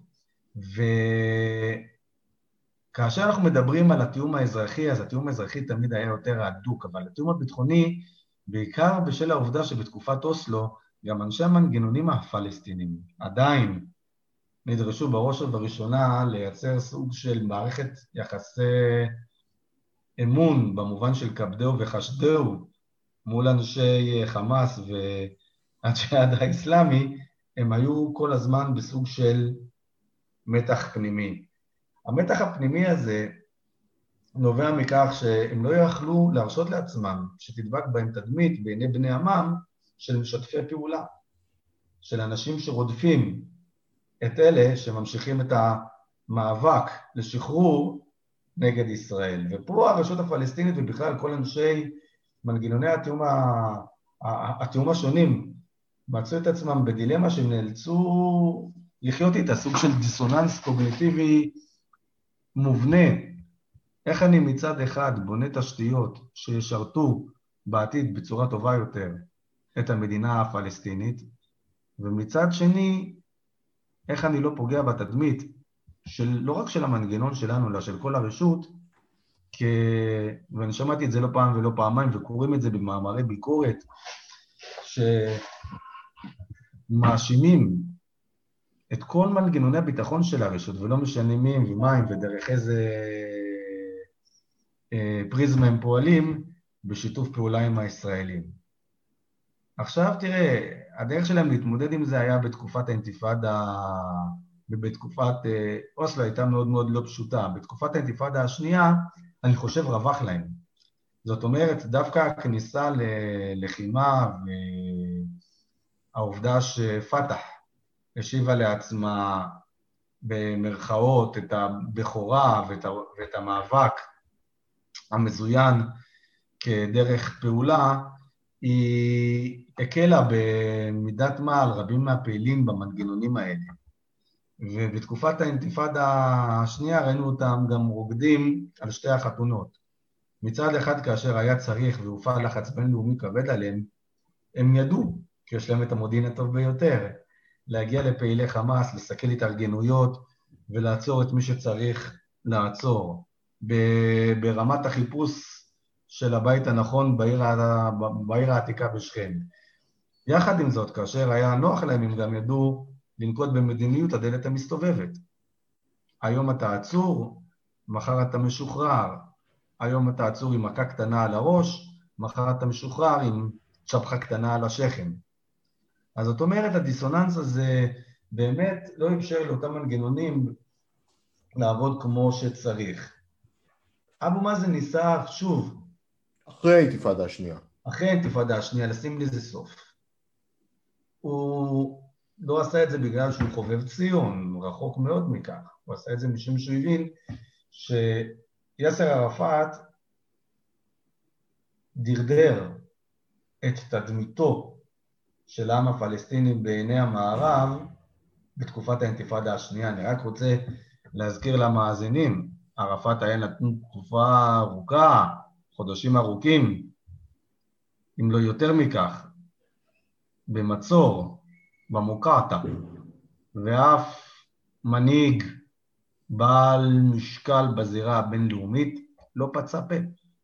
וכאשר אנחנו מדברים על התיאום האזרחי, אז התיאום האזרחי תמיד היה יותר הדוק, אבל התיאום הביטחוני, בעיקר בשל העובדה שבתקופת אוסלו, גם אנשי המנגנונים הפלסטינים עדיין נדרשו בראש ובראשונה לייצר סוג של מערכת יחסי אמון במובן של כבדהו וחשדהו מול אנשי חמאס ואנשי העד האסלאמי, הם היו כל הזמן בסוג של מתח פנימי. המתח הפנימי הזה נובע מכך שהם לא יכלו להרשות לעצמם שתדבק בהם תדמית בעיני בני עמם של משתפי פעולה, של אנשים שרודפים את אלה שממשיכים את המאבק לשחרור נגד ישראל. ופה הרשות הפלסטינית ובכלל כל אנשי מנגנוני התיאום, התיאום השונים מצאו את עצמם בדילמה שהם נאלצו לחיות איתה, סוג של דיסוננס קוגניטיבי מובנה. איך אני מצד אחד בונה תשתיות שישרתו בעתיד בצורה טובה יותר את המדינה הפלסטינית, ומצד שני, איך אני לא פוגע בתדמית של, לא רק של המנגנון שלנו, אלא של כל הרשות, כ... ואני שמעתי את זה לא פעם ולא פעמיים, וקוראים את זה במאמרי ביקורת, שמאשימים את כל מנגנוני הביטחון של הרשות, ולא משנים מי ומים ודרך איזה פריזמה הם פועלים, בשיתוף פעולה עם הישראלים. עכשיו תראה, הדרך שלהם להתמודד עם זה היה בתקופת האינתיפאדה, ובתקופת אוסלו הייתה מאוד מאוד לא פשוטה. בתקופת האינתיפאדה השנייה, אני חושב רווח להם. זאת אומרת, דווקא הכניסה ללחימה והעובדה שפתח השיבה לעצמה במרכאות את הבכורה ואת, ואת המאבק המזוין כדרך פעולה, היא הקלה במידת מה על רבים מהפעילים במנגנונים האלה. ובתקופת האינתיפאדה השנייה ראינו אותם גם רוקדים על שתי החתונות. מצד אחד כאשר היה צריך והופעל לחץ בינלאומי כבד עליהם, הם ידעו, כי יש להם את המודיעין הטוב ביותר, להגיע לפעילי חמאס, לסכל התארגנויות ולעצור את מי שצריך לעצור. ברמת החיפוש של הבית הנכון בעיר, בעיר העתיקה בשכם. יחד עם זאת, כאשר היה נוח להם, הם גם ידעו לנקוט במדיניות הדלת המסתובבת. היום אתה עצור, מחר אתה משוחרר. היום אתה עצור עם מכה קטנה על הראש, מחר אתה משוחרר עם צ'פחה קטנה על השכם. אז זאת אומרת, הדיסוננס הזה באמת לא אפשר לאותם מנגנונים לעבוד כמו שצריך. אבו מאזן ניסה שוב, אחרי האינתיפאדה השנייה. אחרי האינתיפאדה השנייה, לשים לזה סוף. הוא לא עשה את זה בגלל שהוא חובב ציון, רחוק מאוד מכך. הוא עשה את זה משום שהוא הבין שיאסר ערפאת דרדר את תדמיתו של העם הפלסטיני בעיני המערב בתקופת האינתיפאדה השנייה. אני רק רוצה להזכיר למאזינים, ערפאת היה נתון תקופה ארוכה, חודשים ארוכים, אם לא יותר מכך, במצור, במוקטעה, ואף מנהיג בעל משקל בזירה הבינלאומית לא פצע פה.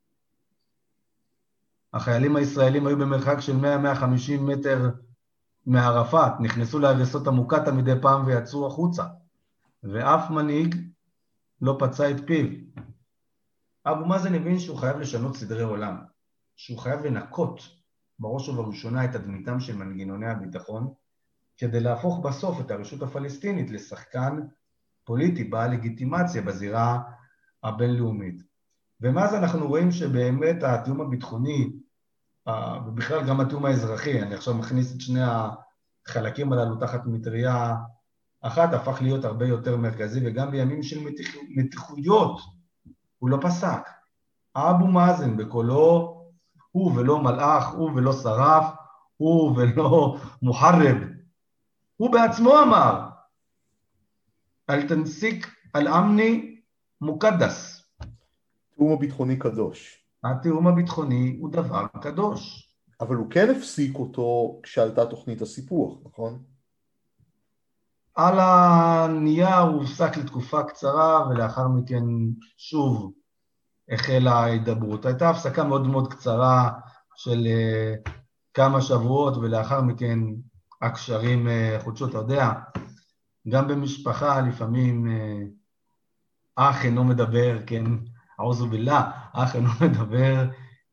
החיילים הישראלים היו במרחק של מאה עד מאה וחמישים מטר מערפאת, נכנסו להריסות המוקטעה מדי פעם ויצאו החוצה, ואף מנהיג לא פצע את פיו. אבו מאזן הבין שהוא חייב לשנות סדרי עולם, שהוא חייב לנקות בראש ובראשונה את תדמיתם של מנגנוני הביטחון, כדי להפוך בסוף את הרשות הפלסטינית לשחקן פוליטי בעל לגיטימציה בזירה הבינלאומית. ומאז אנחנו רואים שבאמת התיאום הביטחוני, ובכלל גם התיאום האזרחי, אני עכשיו מכניס את שני החלקים הללו תחת מטריה אחת, הפך להיות הרבה יותר מרכזי, וגם בימים של מתיח, מתיחויות הוא לא פסק. אבו מאזן בקולו, הוא ולא מלאך, הוא ולא שרף, הוא ולא מוחרב, הוא בעצמו אמר, אל תנסיק אל אמני מוקדס. התיאום הביטחוני קדוש. התיאום הביטחוני הוא דבר קדוש. אבל הוא כן הפסיק אותו כשעלתה תוכנית הסיפוח, נכון? על הנייר הוא הופסק לתקופה קצרה, ולאחר מכן שוב החלה ההידברות. הייתה הפסקה מאוד מאוד קצרה של uh, כמה שבועות, ולאחר מכן הקשרים uh, חודשו. אתה יודע, גם במשפחה לפעמים uh, אח אינו מדבר, כן, עוזו בילה, אח אינו מדבר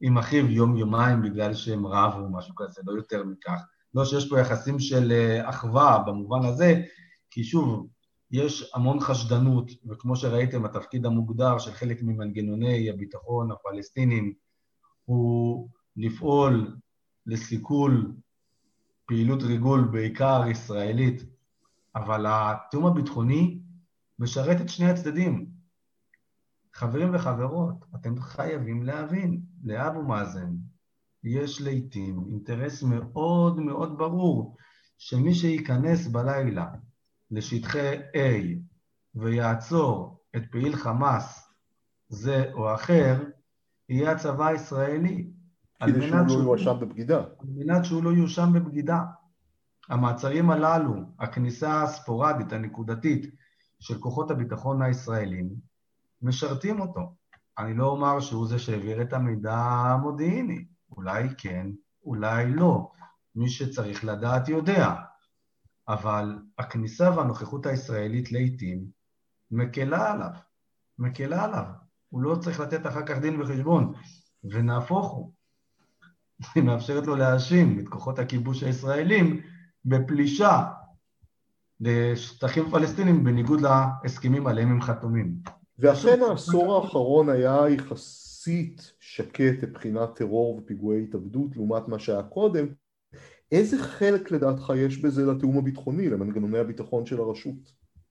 עם אחיו יום יומיים בגלל שהם רבו או משהו כזה, לא יותר מכך. לא שיש פה יחסים של אחווה במובן הזה, כי שוב, יש המון חשדנות, וכמו שראיתם, התפקיד המוגדר של חלק ממנגנוני הביטחון הפלסטינים, הוא לפעול לסיכול פעילות ריגול בעיקר ישראלית, אבל התיאום הביטחוני משרת את שני הצדדים. חברים וחברות, אתם חייבים להבין, לאבו מאזן יש לעתים אינטרס מאוד מאוד ברור, שמי שייכנס בלילה לשטחי A ויעצור את פעיל חמאס זה או אחר, יהיה הצבא הישראלי. כדי שהוא לא יואשם בבגידה. על מנת שהוא לא יואשם בבגידה. המעצרים הללו, הכניסה הספורדית, הנקודתית, של כוחות הביטחון הישראלים, משרתים אותו. אני לא אומר שהוא זה שהעביר את המידע המודיעיני. אולי כן, אולי לא. מי שצריך לדעת יודע. אבל הכניסה והנוכחות הישראלית לעתים מקלה עליו. מקלה עליו. הוא לא צריך לתת אחר כך דין וחשבון. ונהפוך הוא. היא מאפשרת לו להאשים את כוחות הכיבוש הישראלים בפלישה לשטחים פלסטינים בניגוד להסכמים עליהם הם חתומים. ואכן העשור האחרון היה יחסית שקט מבחינת טרור ופיגועי התאבדות לעומת מה שהיה קודם. איזה חלק לדעתך יש בזה לתיאום הביטחוני, למנגנוני הביטחון של הרשות?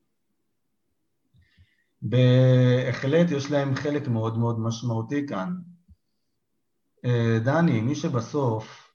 בהחלט יש להם חלק מאוד מאוד משמעותי כאן. דני, מי שבסוף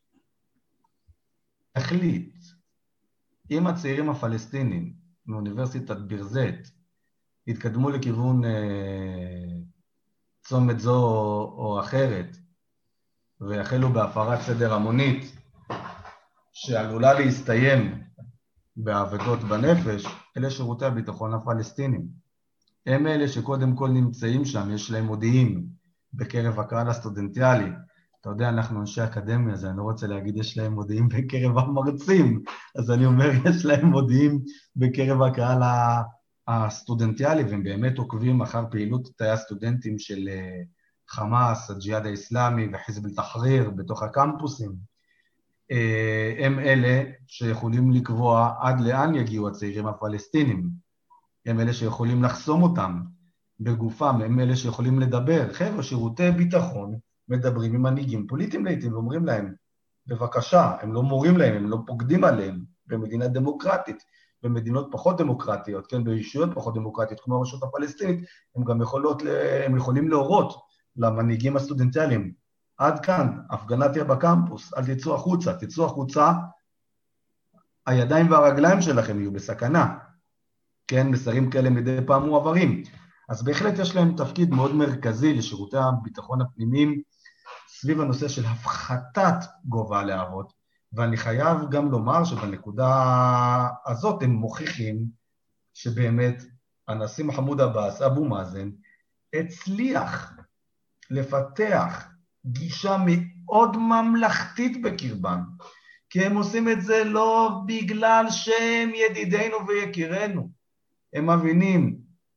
החליט, אם הצעירים הפלסטינים מאוניברסיטת בירזט התקדמו לכיוון אה, צומת זו או, או אחרת, והחלו בהפרת סדר המונית, שעלולה להסתיים בעבדות בנפש, אלה שירותי הביטחון הפלסטינים. הם אלה שקודם כל נמצאים שם, יש להם מודיעים בקרב הקהל הסטודנטיאלי. אתה יודע, אנחנו אנשי אקדמיה, אז אני לא רוצה להגיד יש להם מודיעים בקרב המרצים, אז אני אומר יש להם מודיעים בקרב הקהל הסטודנטיאלי, והם באמת עוקבים אחר פעילות תאי הסטודנטים של חמאס, הג'יהאד האסלאמי וחיזב אל-תחריר בתוך הקמפוסים. הם אלה שיכולים לקבוע עד לאן יגיעו הצעירים הפלסטינים. הם אלה שיכולים לחסום אותם בגופם, הם אלה שיכולים לדבר. חבר'ה, שירותי ביטחון מדברים עם מנהיגים פוליטיים לעתים ואומרים להם, בבקשה, הם לא מורים להם, הם לא פוקדים עליהם במדינה דמוקרטית, במדינות פחות דמוקרטיות, כן, בישויות פחות דמוקרטיות, כמו הרשות הפלסטינית, הם גם יכולות, הם יכולים להורות למנהיגים הסטודנטיאליים, עד כאן, הפגנה תהיה בקמפוס, אל תצאו החוצה, תצאו החוצה, הידיים והרגליים שלכם יהיו בסכנה, כן, מסרים כאלה מדי פעם מועברים. אז בהחלט יש להם תפקיד מאוד מרכזי לשירותי הביטחון הפנימיים, סביב הנושא של הפחתת גובה הלהבות, ואני חייב גם לומר שבנקודה הזאת הם מוכיחים שבאמת הנשיא מחמוד עבאס, אבו מאזן, הצליח לפתח גישה מאוד ממלכתית בקרבם, כי הם עושים את זה לא בגלל שהם ידידינו ויקירנו, הם מבינים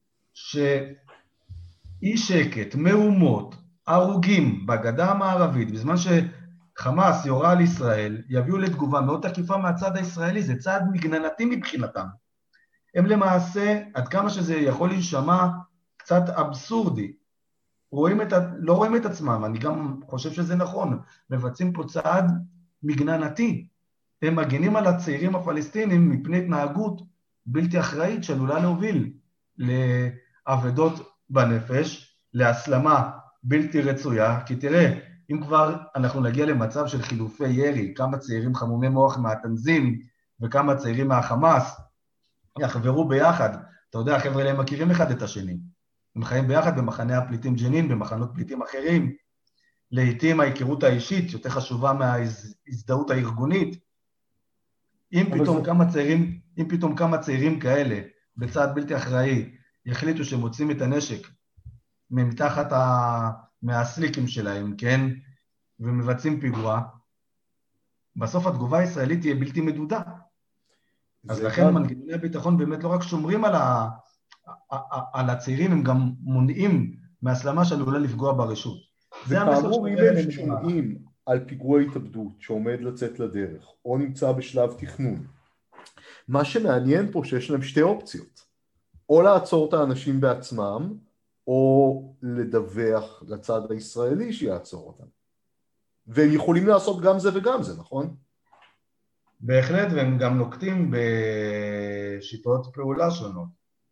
שאי שקט, מהומות, הרוגים בגדה המערבית, בזמן שחמאס יורה על ישראל, יביאו לתגובה מאוד תקיפה מהצד הישראלי, זה צעד מגננתי מבחינתם. הם למעשה, עד כמה שזה יכול להישמע קצת אבסורדי, רואים את, לא רואים את עצמם, אני גם חושב שזה נכון, מבצעים פה צעד מגננתי. הם מגנים על הצעירים הפלסטינים מפני התנהגות בלתי אחראית שעלולה להוביל לעבדות בנפש, להסלמה בלתי רצויה, כי תראה, אם כבר אנחנו נגיע למצב של חילופי ירי, כמה צעירים חמומי מוח מהתנזים וכמה צעירים מהחמאס יחברו ביחד, אתה יודע, החבר'ה האלה מכירים אחד את השני, הם חיים ביחד במחנה הפליטים ג'נין, במחנות פליטים אחרים, לעתים ההיכרות האישית יותר חשובה מההזדהות הארגונית, אם פתאום זה... כמה צעירים, אם פתאום כמה צעירים כאלה, בצעד בלתי אחראי, יחליטו שהם מוצאים את הנשק מתחת ה... מהסליקים שלהם, כן? ומבצעים פיגוע, בסוף התגובה הישראלית תהיה בלתי מדודה. אז לכן גם... מנגנוני הביטחון באמת לא רק שומרים על, ה... על הצעירים, הם גם מונעים מהסלמה שעלולה לפגוע ברשות. וכאמור, אם הם שומעים על פיגוע התאבדות שעומד לצאת לדרך, או נמצא בשלב תכנון, מה שמעניין פה שיש להם שתי אופציות, או לעצור את האנשים בעצמם, או לדווח לצד הישראלי שיעצור אותם. והם יכולים לעשות גם זה וגם זה, נכון? בהחלט, והם גם נוקטים בשיטות פעולה שונות.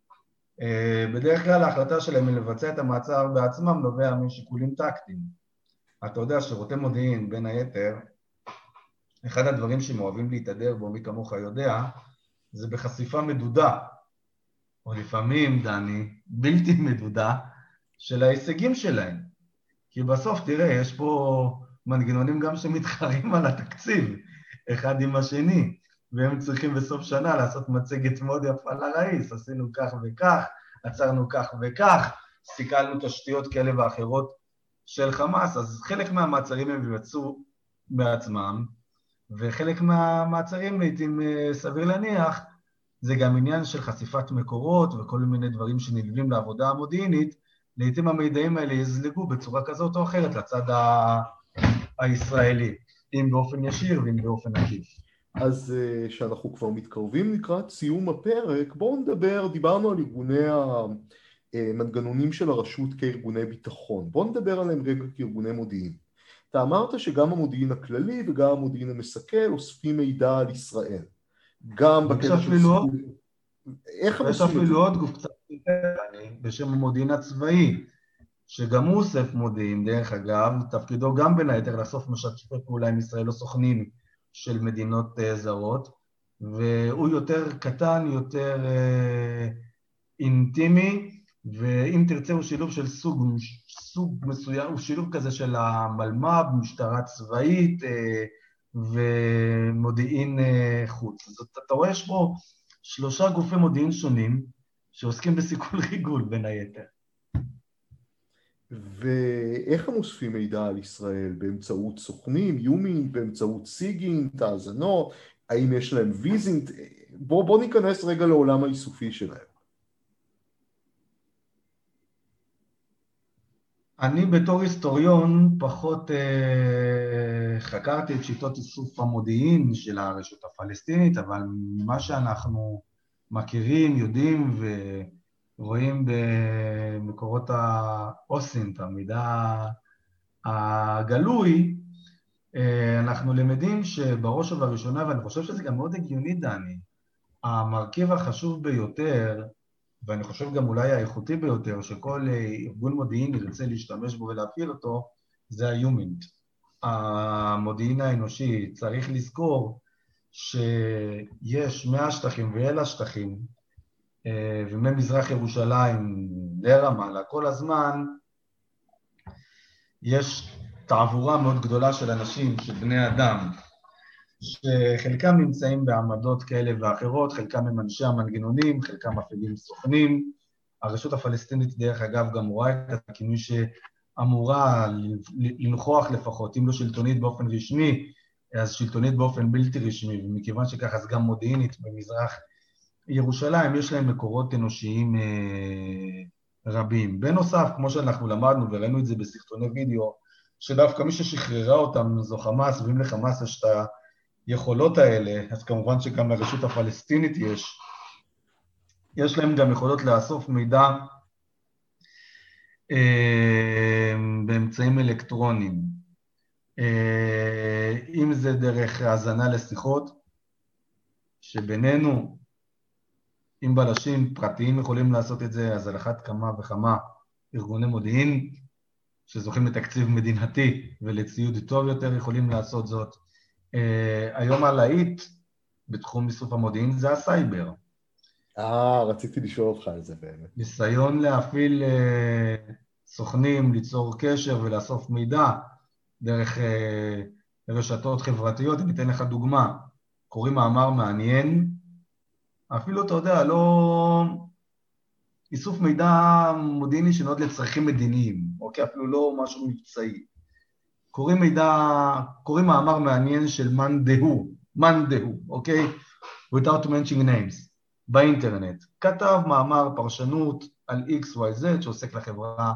בדרך כלל ההחלטה שלהם לבצע את המעצר בעצמם נובע משיקולים טקטיים. אתה יודע, שירותי מודיעין, בין היתר, אחד הדברים שהם אוהבים להתהדר בו, מי כמוך יודע, זה בחשיפה מדודה, או לפעמים, דני, בלתי מדודה, של ההישגים שלהם. כי בסוף, תראה, יש פה מנגנונים גם שמתחרים על התקציב, אחד עם השני, והם צריכים בסוף שנה לעשות מצגת מאוד יפה לרئיס, עשינו כך וכך, עצרנו כך וכך, סיכלנו תשתיות כאלה ואחרות של חמאס, אז חלק מהמעצרים הם יבצעו בעצמם, וחלק מהמעצרים, לעתים סביר להניח, זה גם עניין של חשיפת מקורות וכל מיני דברים שנלווים לעבודה המודיעינית, לעתים המידעים האלה יזלגו בצורה כזאת או אחרת לצד ה... הישראלי, אם באופן ישיר ואם באופן עקיף. אז שאנחנו כבר מתקרבים לקראת סיום הפרק, בואו נדבר, דיברנו על ארגוני המנגנונים של הרשות כארגוני ביטחון, בואו נדבר עליהם רגע כארגוני מודיעין. אתה אמרת שגם המודיעין הכללי וגם המודיעין המסכל אוספים מידע על ישראל. גם בקטע של סיכול. איך הם עושים את זה? יש אפילו עוד גוף קצת בשם המודיעין הצבאי, שגם הוא אוסף מודיעין, דרך אגב, תפקידו גם בין היתר לאסוף משתפי פעולה עם ישראל או סוכנים של מדינות זרות, והוא יותר קטן, יותר אה, אינטימי, ואם תרצה הוא שילוב של סוג, סוג מסוים, הוא שילוב כזה של המלמ"ב, משטרה צבאית אה, ומודיעין אה, חוץ. אז אתה רואה יש פה שלושה גופי מודיעין שונים שעוסקים בסיכול ריגול בין היתר. ואיך הם אוספים מידע על ישראל? באמצעות סוכנים, יומין, באמצעות סיגינט, האזנות, האם יש להם ויזינט? בוא, בוא ניכנס רגע לעולם האיסופי שלהם. אני בתור היסטוריון פחות אה, חקרתי את שיטות איסוף המודיעין של הרשות הפלסטינית, אבל מה שאנחנו מכירים, יודעים ו... רואים במקורות האוסין, את המידע הגלוי, אנחנו למדים שבראש ובראשונה, ואני חושב שזה גם מאוד הגיוני, דני, המרכיב החשוב ביותר, ואני חושב גם אולי האיכותי ביותר, שכל ארגון מודיעין ירצה להשתמש בו ולהפעיל אותו, זה היומינט. המודיעין האנושי צריך לזכור שיש מהשטחים ואל השטחים, וממזרח ירושלים לרמאללה, כל הזמן יש תעבורה מאוד גדולה של אנשים, של בני אדם, שחלקם נמצאים בעמדות כאלה ואחרות, חלקם הם אנשי המנגנונים, חלקם מפעילים סוכנים. הרשות הפלסטינית דרך אגב גם רואה את הכינוי שאמורה לנכוח לפחות, אם לא שלטונית באופן רשמי, אז שלטונית באופן בלתי רשמי, ומכיוון שכך אז גם מודיעינית במזרח ירושלים יש להם מקורות אנושיים אה, רבים. בנוסף, כמו שאנחנו למדנו וראינו את זה בסרטוני וידאו, שדווקא מי ששחררה אותם זו חמאס, ואם לחמאס יש את היכולות האלה, אז כמובן שגם לרשות הפלסטינית יש. יש להם גם יכולות לאסוף מידע אה, באמצעים אלקטרוניים. אה, אם זה דרך האזנה לשיחות, שבינינו, אם בלשים פרטיים יכולים לעשות את זה, אז על אחת כמה וכמה ארגוני מודיעין, שזוכים לתקציב מדינתי ולציוד טוב יותר, יכולים לעשות זאת. Uh, היום הלהיט בתחום איסוף המודיעין זה הסייבר. אה, רציתי לשאול אותך על זה באמת. ניסיון להפעיל uh, סוכנים, ליצור קשר ולאסוף מידע דרך uh, רשתות חברתיות. אני אתן לך דוגמה. קוראים מאמר מעניין, אפילו אתה יודע, לא איסוף מידע מודיעיני שנועד לצרכים מדיניים, אוקיי? אפילו לא משהו מבצעי. קוראים מידע, קוראים מאמר מעניין של מאן דהוא, מאן דהוא, אוקיי? without mentioning names, באינטרנט. כתב מאמר פרשנות על X Y Z שעוסק לחברה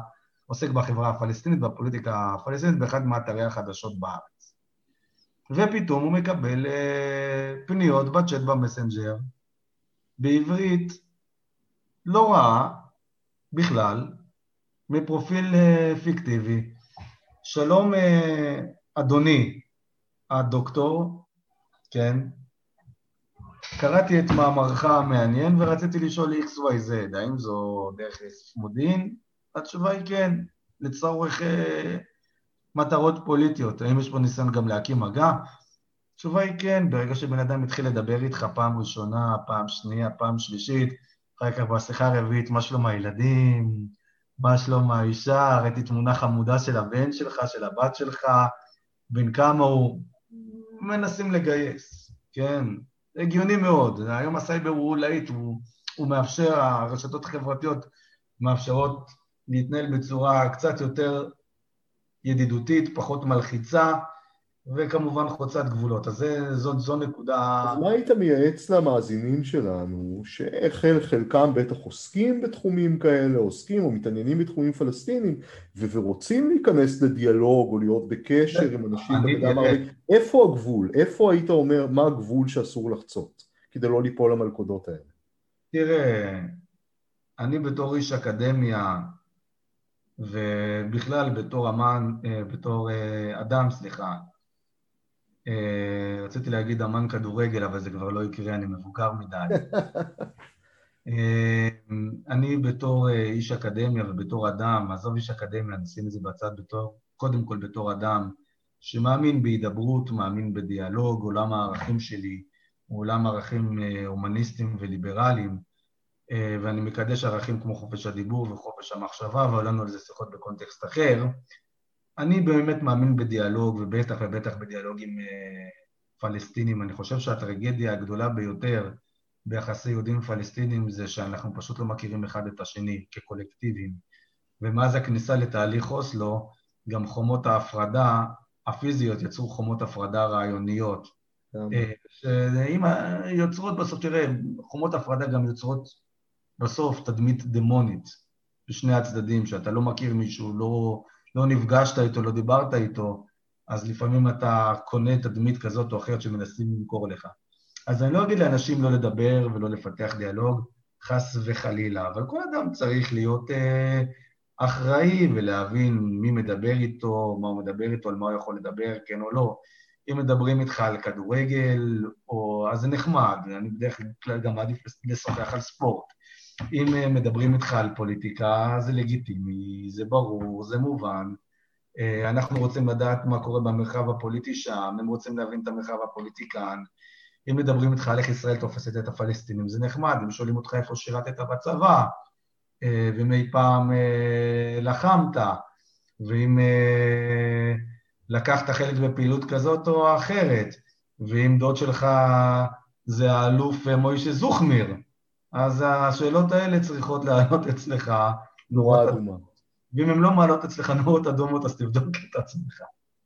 עוסק בחברה הפלסטינית, בפוליטיקה הפלסטינית, באחד מאתרי החדשות בארץ. ופתאום הוא מקבל אה, פניות בצ'אט במסנג'ר, בעברית לא רעה בכלל, מפרופיל אה, פיקטיבי. שלום אה, אדוני הדוקטור, כן, קראתי את מאמרך המעניין ורציתי לשאול איקס וואי זד, האם זו דרך איסוף מודיעין? התשובה היא כן, לצורך אה, מטרות פוליטיות. האם יש פה ניסיון גם להקים מגע? התשובה היא כן, ברגע שבן אדם התחיל לדבר איתך פעם ראשונה, פעם שנייה, פעם שלישית, אחר כך בשיחה הרביעית, מה שלום הילדים, מה שלום האישה, ראיתי תמונה חמודה של הבן שלך, של הבת שלך, בין כמה הוא, מנסים לגייס, כן, הגיוני מאוד. היום הסייבר הוא להיט, הוא, הוא מאפשר, הרשתות החברתיות מאפשרות להתנהל בצורה קצת יותר ידידותית, פחות מלחיצה, וכמובן חוצת גבולות. אז זה, זו, זו נקודה... אז מה היית מייעץ למאזינים שלנו, שחל חלקם בטח עוסקים בתחומים כאלה, עוסקים או מתעניינים בתחומים פלסטינים, ורוצים להיכנס לדיאלוג או להיות בקשר עם אנשים בגדה המערבית, איפה הגבול? איפה היית אומר מה הגבול שאסור לחצות, כדי לא ליפול למלכודות האלה? תראה, אני בתור איש אקדמיה, ובכלל בתור אמן, בתור אדם, סליחה, רציתי להגיד אמן כדורגל, אבל זה כבר לא יקרה, אני מבוגר מדי. אני בתור איש אקדמיה ובתור אדם, עזוב איש אקדמיה, נשים את זה בצד בתור, קודם כל בתור אדם, שמאמין בהידברות, מאמין בדיאלוג, עולם הערכים שלי, עולם ערכים הומניסטיים וליברליים, ואני מקדש ערכים כמו חופש הדיבור וחופש המחשבה, ועולה לנו על זה שיחות בקונטקסט אחר. אני באמת מאמין בדיאלוג, ובטח ובטח בדיאלוג עם פלסטינים. אני חושב שהטרגדיה הגדולה ביותר ביחסי יהודים פלסטינים זה שאנחנו פשוט לא מכירים אחד את השני כקולקטיבים. ומאז הכניסה לתהליך אוסלו, גם חומות ההפרדה הפיזיות יצרו חומות הפרדה רעיוניות. שאם יוצרות בסוף, תראה, חומות הפרדה גם יוצרות בסוף תדמית דמונית בשני הצדדים, שאתה לא מכיר מישהו, לא... לא נפגשת איתו, לא דיברת איתו, אז לפעמים אתה קונה תדמית כזאת או אחרת שמנסים למכור לך. אז אני לא אגיד לאנשים לא לדבר ולא לפתח דיאלוג, חס וחלילה, אבל כל אדם צריך להיות אה, אחראי ולהבין מי מדבר איתו, מה הוא מדבר איתו, על מה הוא יכול לדבר, כן או לא. אם מדברים איתך על כדורגל, או... אז זה נחמד, אני בדרך כלל גם מעדיף לשוחח על ספורט. אם מדברים איתך על פוליטיקה, זה לגיטימי, זה ברור, זה מובן. אנחנו רוצים לדעת מה קורה במרחב הפוליטי שם, הם רוצים להבין את המרחב הפוליטי כאן. אם מדברים איתך על איך ישראל תופסת את הפלסטינים, זה נחמד, הם שואלים אותך איפה שירתת בצבא, ומי פעם לחמת, ואם לקחת חלק בפעילות כזאת או אחרת, ואם דוד שלך זה האלוף מוישה זוכמיר, אז השאלות האלה צריכות לעלות אצלך נורות אדומות. ואם הן לא מעלות אצלך נורות אדומות, אז תבדוק את עצמך.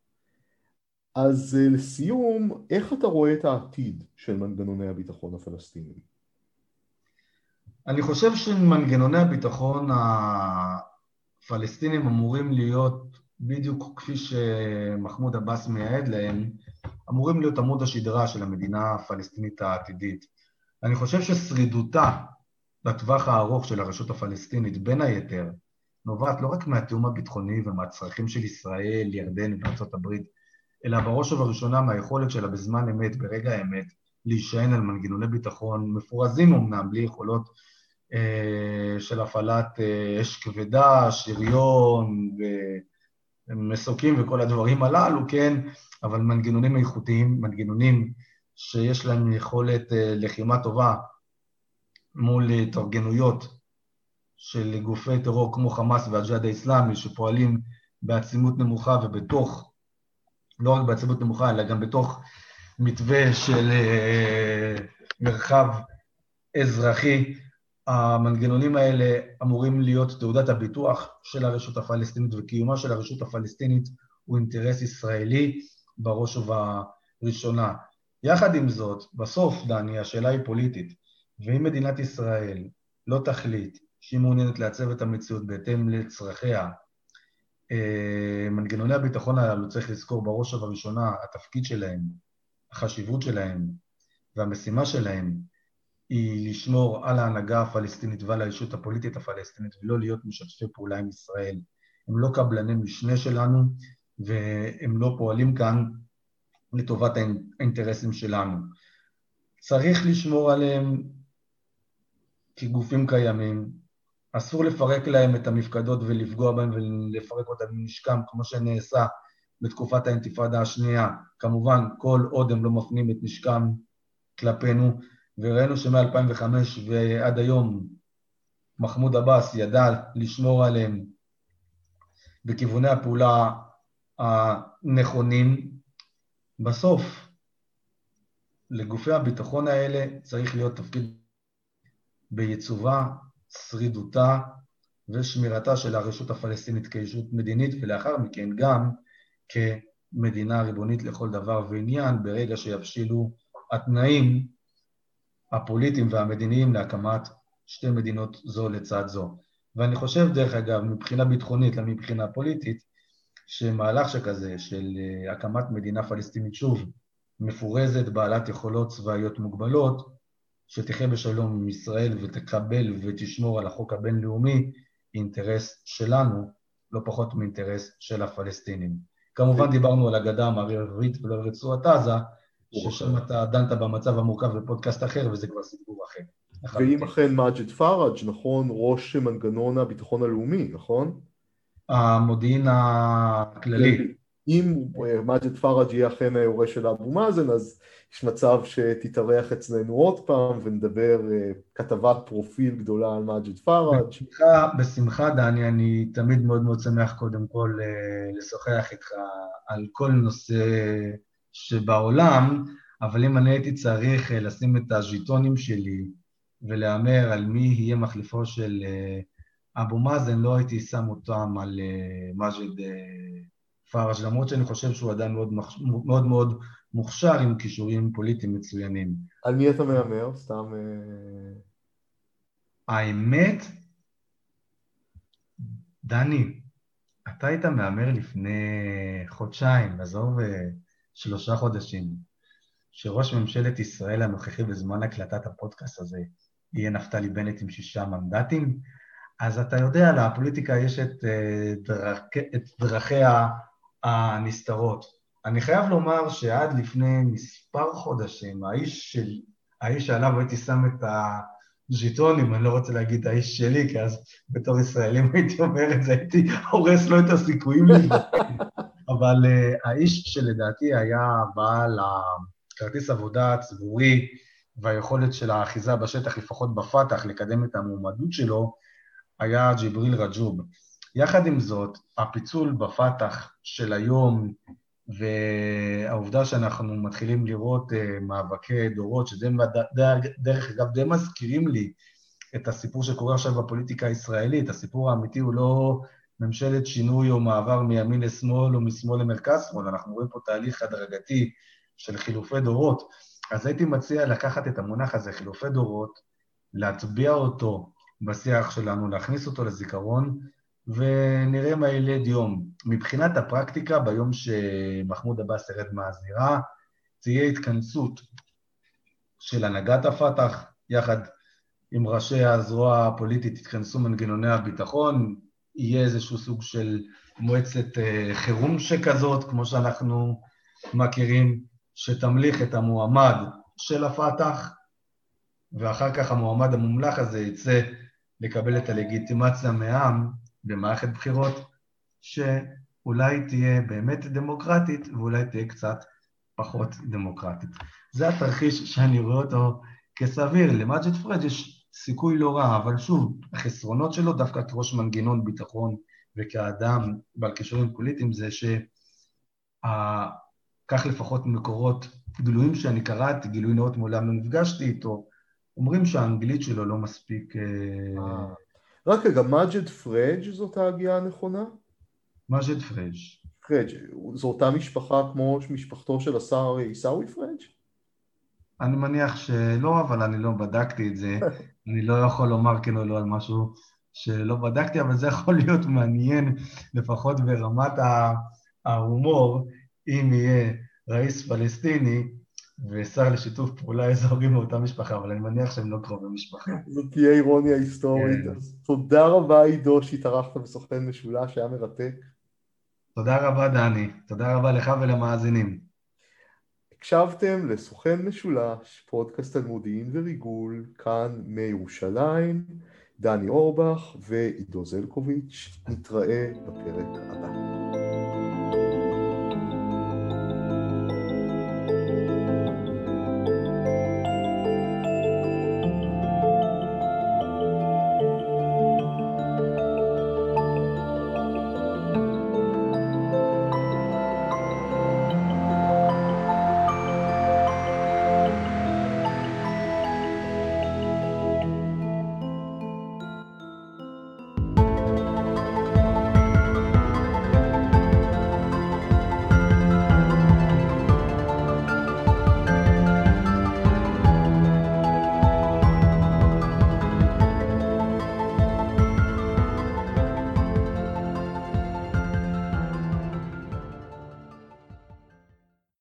אז לסיום, איך אתה רואה את העתיד של מנגנוני הביטחון הפלסטיניים? אני חושב שמנגנוני הביטחון הפלסטינים אמורים להיות, בדיוק כפי שמחמוד עבאס מייעד להם, אמורים להיות עמוד השדרה של המדינה הפלסטינית העתידית. אני חושב ששרידותה לטווח הארוך של הרשות הפלסטינית, בין היתר, נובעת לא רק מהתיאום הביטחוני ומהצרכים של ישראל, ירדן וארצות הברית, אלא בראש ובראשונה מהיכולת שלה בזמן אמת, ברגע האמת, להישען על מנגנוני ביטחון מפורזים אמנם, בלי יכולות אה, של הפעלת אה, אש כבדה, שריון ומסוקים וכל הדברים הללו, כן, אבל מנגנונים איכותיים, מנגנונים שיש להם יכולת אה, לחימה טובה מול התארגנויות של גופי טרור כמו חמאס והג'יהאד האסלאמי, שפועלים בעצימות נמוכה ובתוך, לא רק בעצימות נמוכה, אלא גם בתוך מתווה של אה, מרחב אזרחי. המנגנונים האלה אמורים להיות תעודת הביטוח של הרשות הפלסטינית, וקיומה של הרשות הפלסטינית הוא אינטרס ישראלי בראש ובראשונה. יחד עם זאת, בסוף, דני, השאלה היא פוליטית, ואם מדינת ישראל לא תחליט שהיא מעוניינת לעצב את המציאות בהתאם לצרכיה, מנגנוני הביטחון הללו צריך לזכור בראש ובראשונה, התפקיד שלהם, החשיבות שלהם והמשימה שלהם היא לשמור על ההנהגה הפלסטינית ועל הישות הפוליטית הפלסטינית ולא להיות משתפי פעולה עם ישראל. הם לא קבלני משנה שלנו והם לא פועלים כאן לטובת האינטרסים שלנו. צריך לשמור עליהם כגופים קיימים, אסור לפרק להם את המפקדות ולפגוע בהם ולפרק אותם מנשקם כמו שנעשה בתקופת האינתיפאדה השנייה, כמובן כל עוד הם לא מפנים את נשקם כלפינו, וראינו שמ-אלפיים וחמש ועד היום מחמוד עבאס ידע לשמור עליהם בכיווני הפעולה הנכונים. בסוף לגופי הביטחון האלה צריך להיות תפקיד ביצובה, שרידותה ושמירתה של הרשות הפלסטינית כישות מדינית, ולאחר מכן גם כמדינה ריבונית לכל דבר ועניין, ברגע שיבשילו התנאים הפוליטיים והמדיניים להקמת שתי מדינות זו לצד זו. ואני חושב דרך אגב, מבחינה ביטחונית למבחינה פוליטית, שמהלך שכזה של הקמת מדינה פלסטינית שוב מפורזת, בעלת יכולות צבאיות מוגבלות, שתחיה בשלום עם ישראל ותקבל ותשמור על החוק הבינלאומי, אינטרס שלנו, לא פחות מאינטרס של הפלסטינים. כמובן דיברנו על הגדה המערבית ולא רצועת עזה, ששם אתה דנת במצב המורכב בפודקאסט אחר, וזה כבר סיפור אחר. ואם אכן מאג'ד פראג', נכון, ראש מנגנון הביטחון הלאומי, נכון? המודיעין הכללי. אם מאג'ד פראג' יהיה אכן היורש של אבו מאזן, אז יש מצב שתתארח אצלנו עוד פעם ונדבר כתבת פרופיל גדולה על מאג'ד פראג'. בשמחה, בשמחה דני, אני תמיד מאוד מאוד שמח קודם כל לשוחח איתך על כל נושא שבעולם, אבל אם אני הייתי צריך לשים את הז'יטונים שלי ולאמר על מי יהיה מחליפו של אבו מאזן, לא הייתי שם אותם על מאג'ד פראג', למרות שאני חושב שהוא עדיין מאוד מאוד, מאוד מוכשר עם קישורים פוליטיים מצוינים. על מי אתה מאמר? סתם... האמת, דני, אתה היית מאמר לפני חודשיים, עזוב שלושה חודשים, שראש ממשלת ישראל הנוכחי בזמן הקלטת הפודקאסט הזה יהיה נפתלי בנט עם שישה מנדטים, אז אתה יודע, לפוליטיקה יש את, דרכ... את דרכיה הנסתרות. אני חייב לומר שעד לפני מספר חודשים, האיש, של... האיש שעליו הייתי שם את הז'יטונים, אני לא רוצה להגיד האיש שלי, כי אז בתור ישראלים הייתי אומר את זה, הייתי הורס לו את הסיכויים לבטל. אבל uh, האיש שלדעתי היה בעל הכרטיס עבודה הציבורי, והיכולת של האחיזה בשטח, לפחות בפתח, לקדם את המועמדות שלו, היה ג'יבריל רג'וב. יחד עם זאת, הפיצול בפתח של היום, והעובדה שאנחנו מתחילים לראות uh, מאבקי דורות, שזה דרך אגב די מזכירים לי את הסיפור שקורה עכשיו בפוליטיקה הישראלית. הסיפור האמיתי הוא לא ממשלת שינוי או מעבר מימין לשמאל או משמאל למרכז שמאל, אנחנו רואים פה תהליך הדרגתי של חילופי דורות. אז הייתי מציע לקחת את המונח הזה, חילופי דורות, להטביע אותו בשיח שלנו, להכניס אותו לזיכרון, ונראה מה ילד יום. מבחינת הפרקטיקה, ביום שמחמוד עבאס ירד מהזירה, תהיה התכנסות של הנהגת הפתח, יחד עם ראשי הזרוע הפוליטית, התכנסו מנגנוני הביטחון, יהיה איזשהו סוג של מועצת חירום שכזאת, כמו שאנחנו מכירים, שתמליך את המועמד של הפתח, ואחר כך המועמד המומלך הזה יצא לקבל את הלגיטימציה מהעם במערכת בחירות, שאולי תהיה באמת דמוקרטית, ואולי תהיה קצת פחות דמוקרטית. זה התרחיש שאני רואה אותו כסביר. למאג'ד פראג' יש סיכוי לא רע, אבל שוב, החסרונות שלו דווקא כראש מנגנון ביטחון וכאדם בעל קישורים פוליטיים, זה שכך לפחות מקורות גלויים שאני קראתי, גילוי נאות מעולם לא נפגשתי איתו, אומרים שהאנגלית שלו לא מספיק... רק רגע, מאג'ד פראג' זאת ההגיעה הנכונה? מאג'ד פראג'. פראג', זו אותה משפחה כמו משפחתו של השר עיסאווי פראג'? אני מניח שלא, אבל אני לא בדקתי את זה. אני לא יכול לומר כן או לא על משהו שלא בדקתי, אבל זה יכול להיות מעניין, לפחות ברמת ההומור, אם יהיה ראיס פלסטיני ושר לשיתוף פעולה אזורי מאותה משפחה, אבל אני מניח שהם לא קרובי משפחה. זאת תהיה אירוניה היסטורית. כן. אז תודה רבה עידו שהתארחת בסוכן משולש, היה מרתק. תודה רבה, דני. תודה רבה לך ולמאזינים. הקשבתם לסוכן משולש, פודקאסט על מודיעין וריגול, כאן מירושלים, דני אורבך ועידו זלקוביץ'. נתראה בפרק הבא.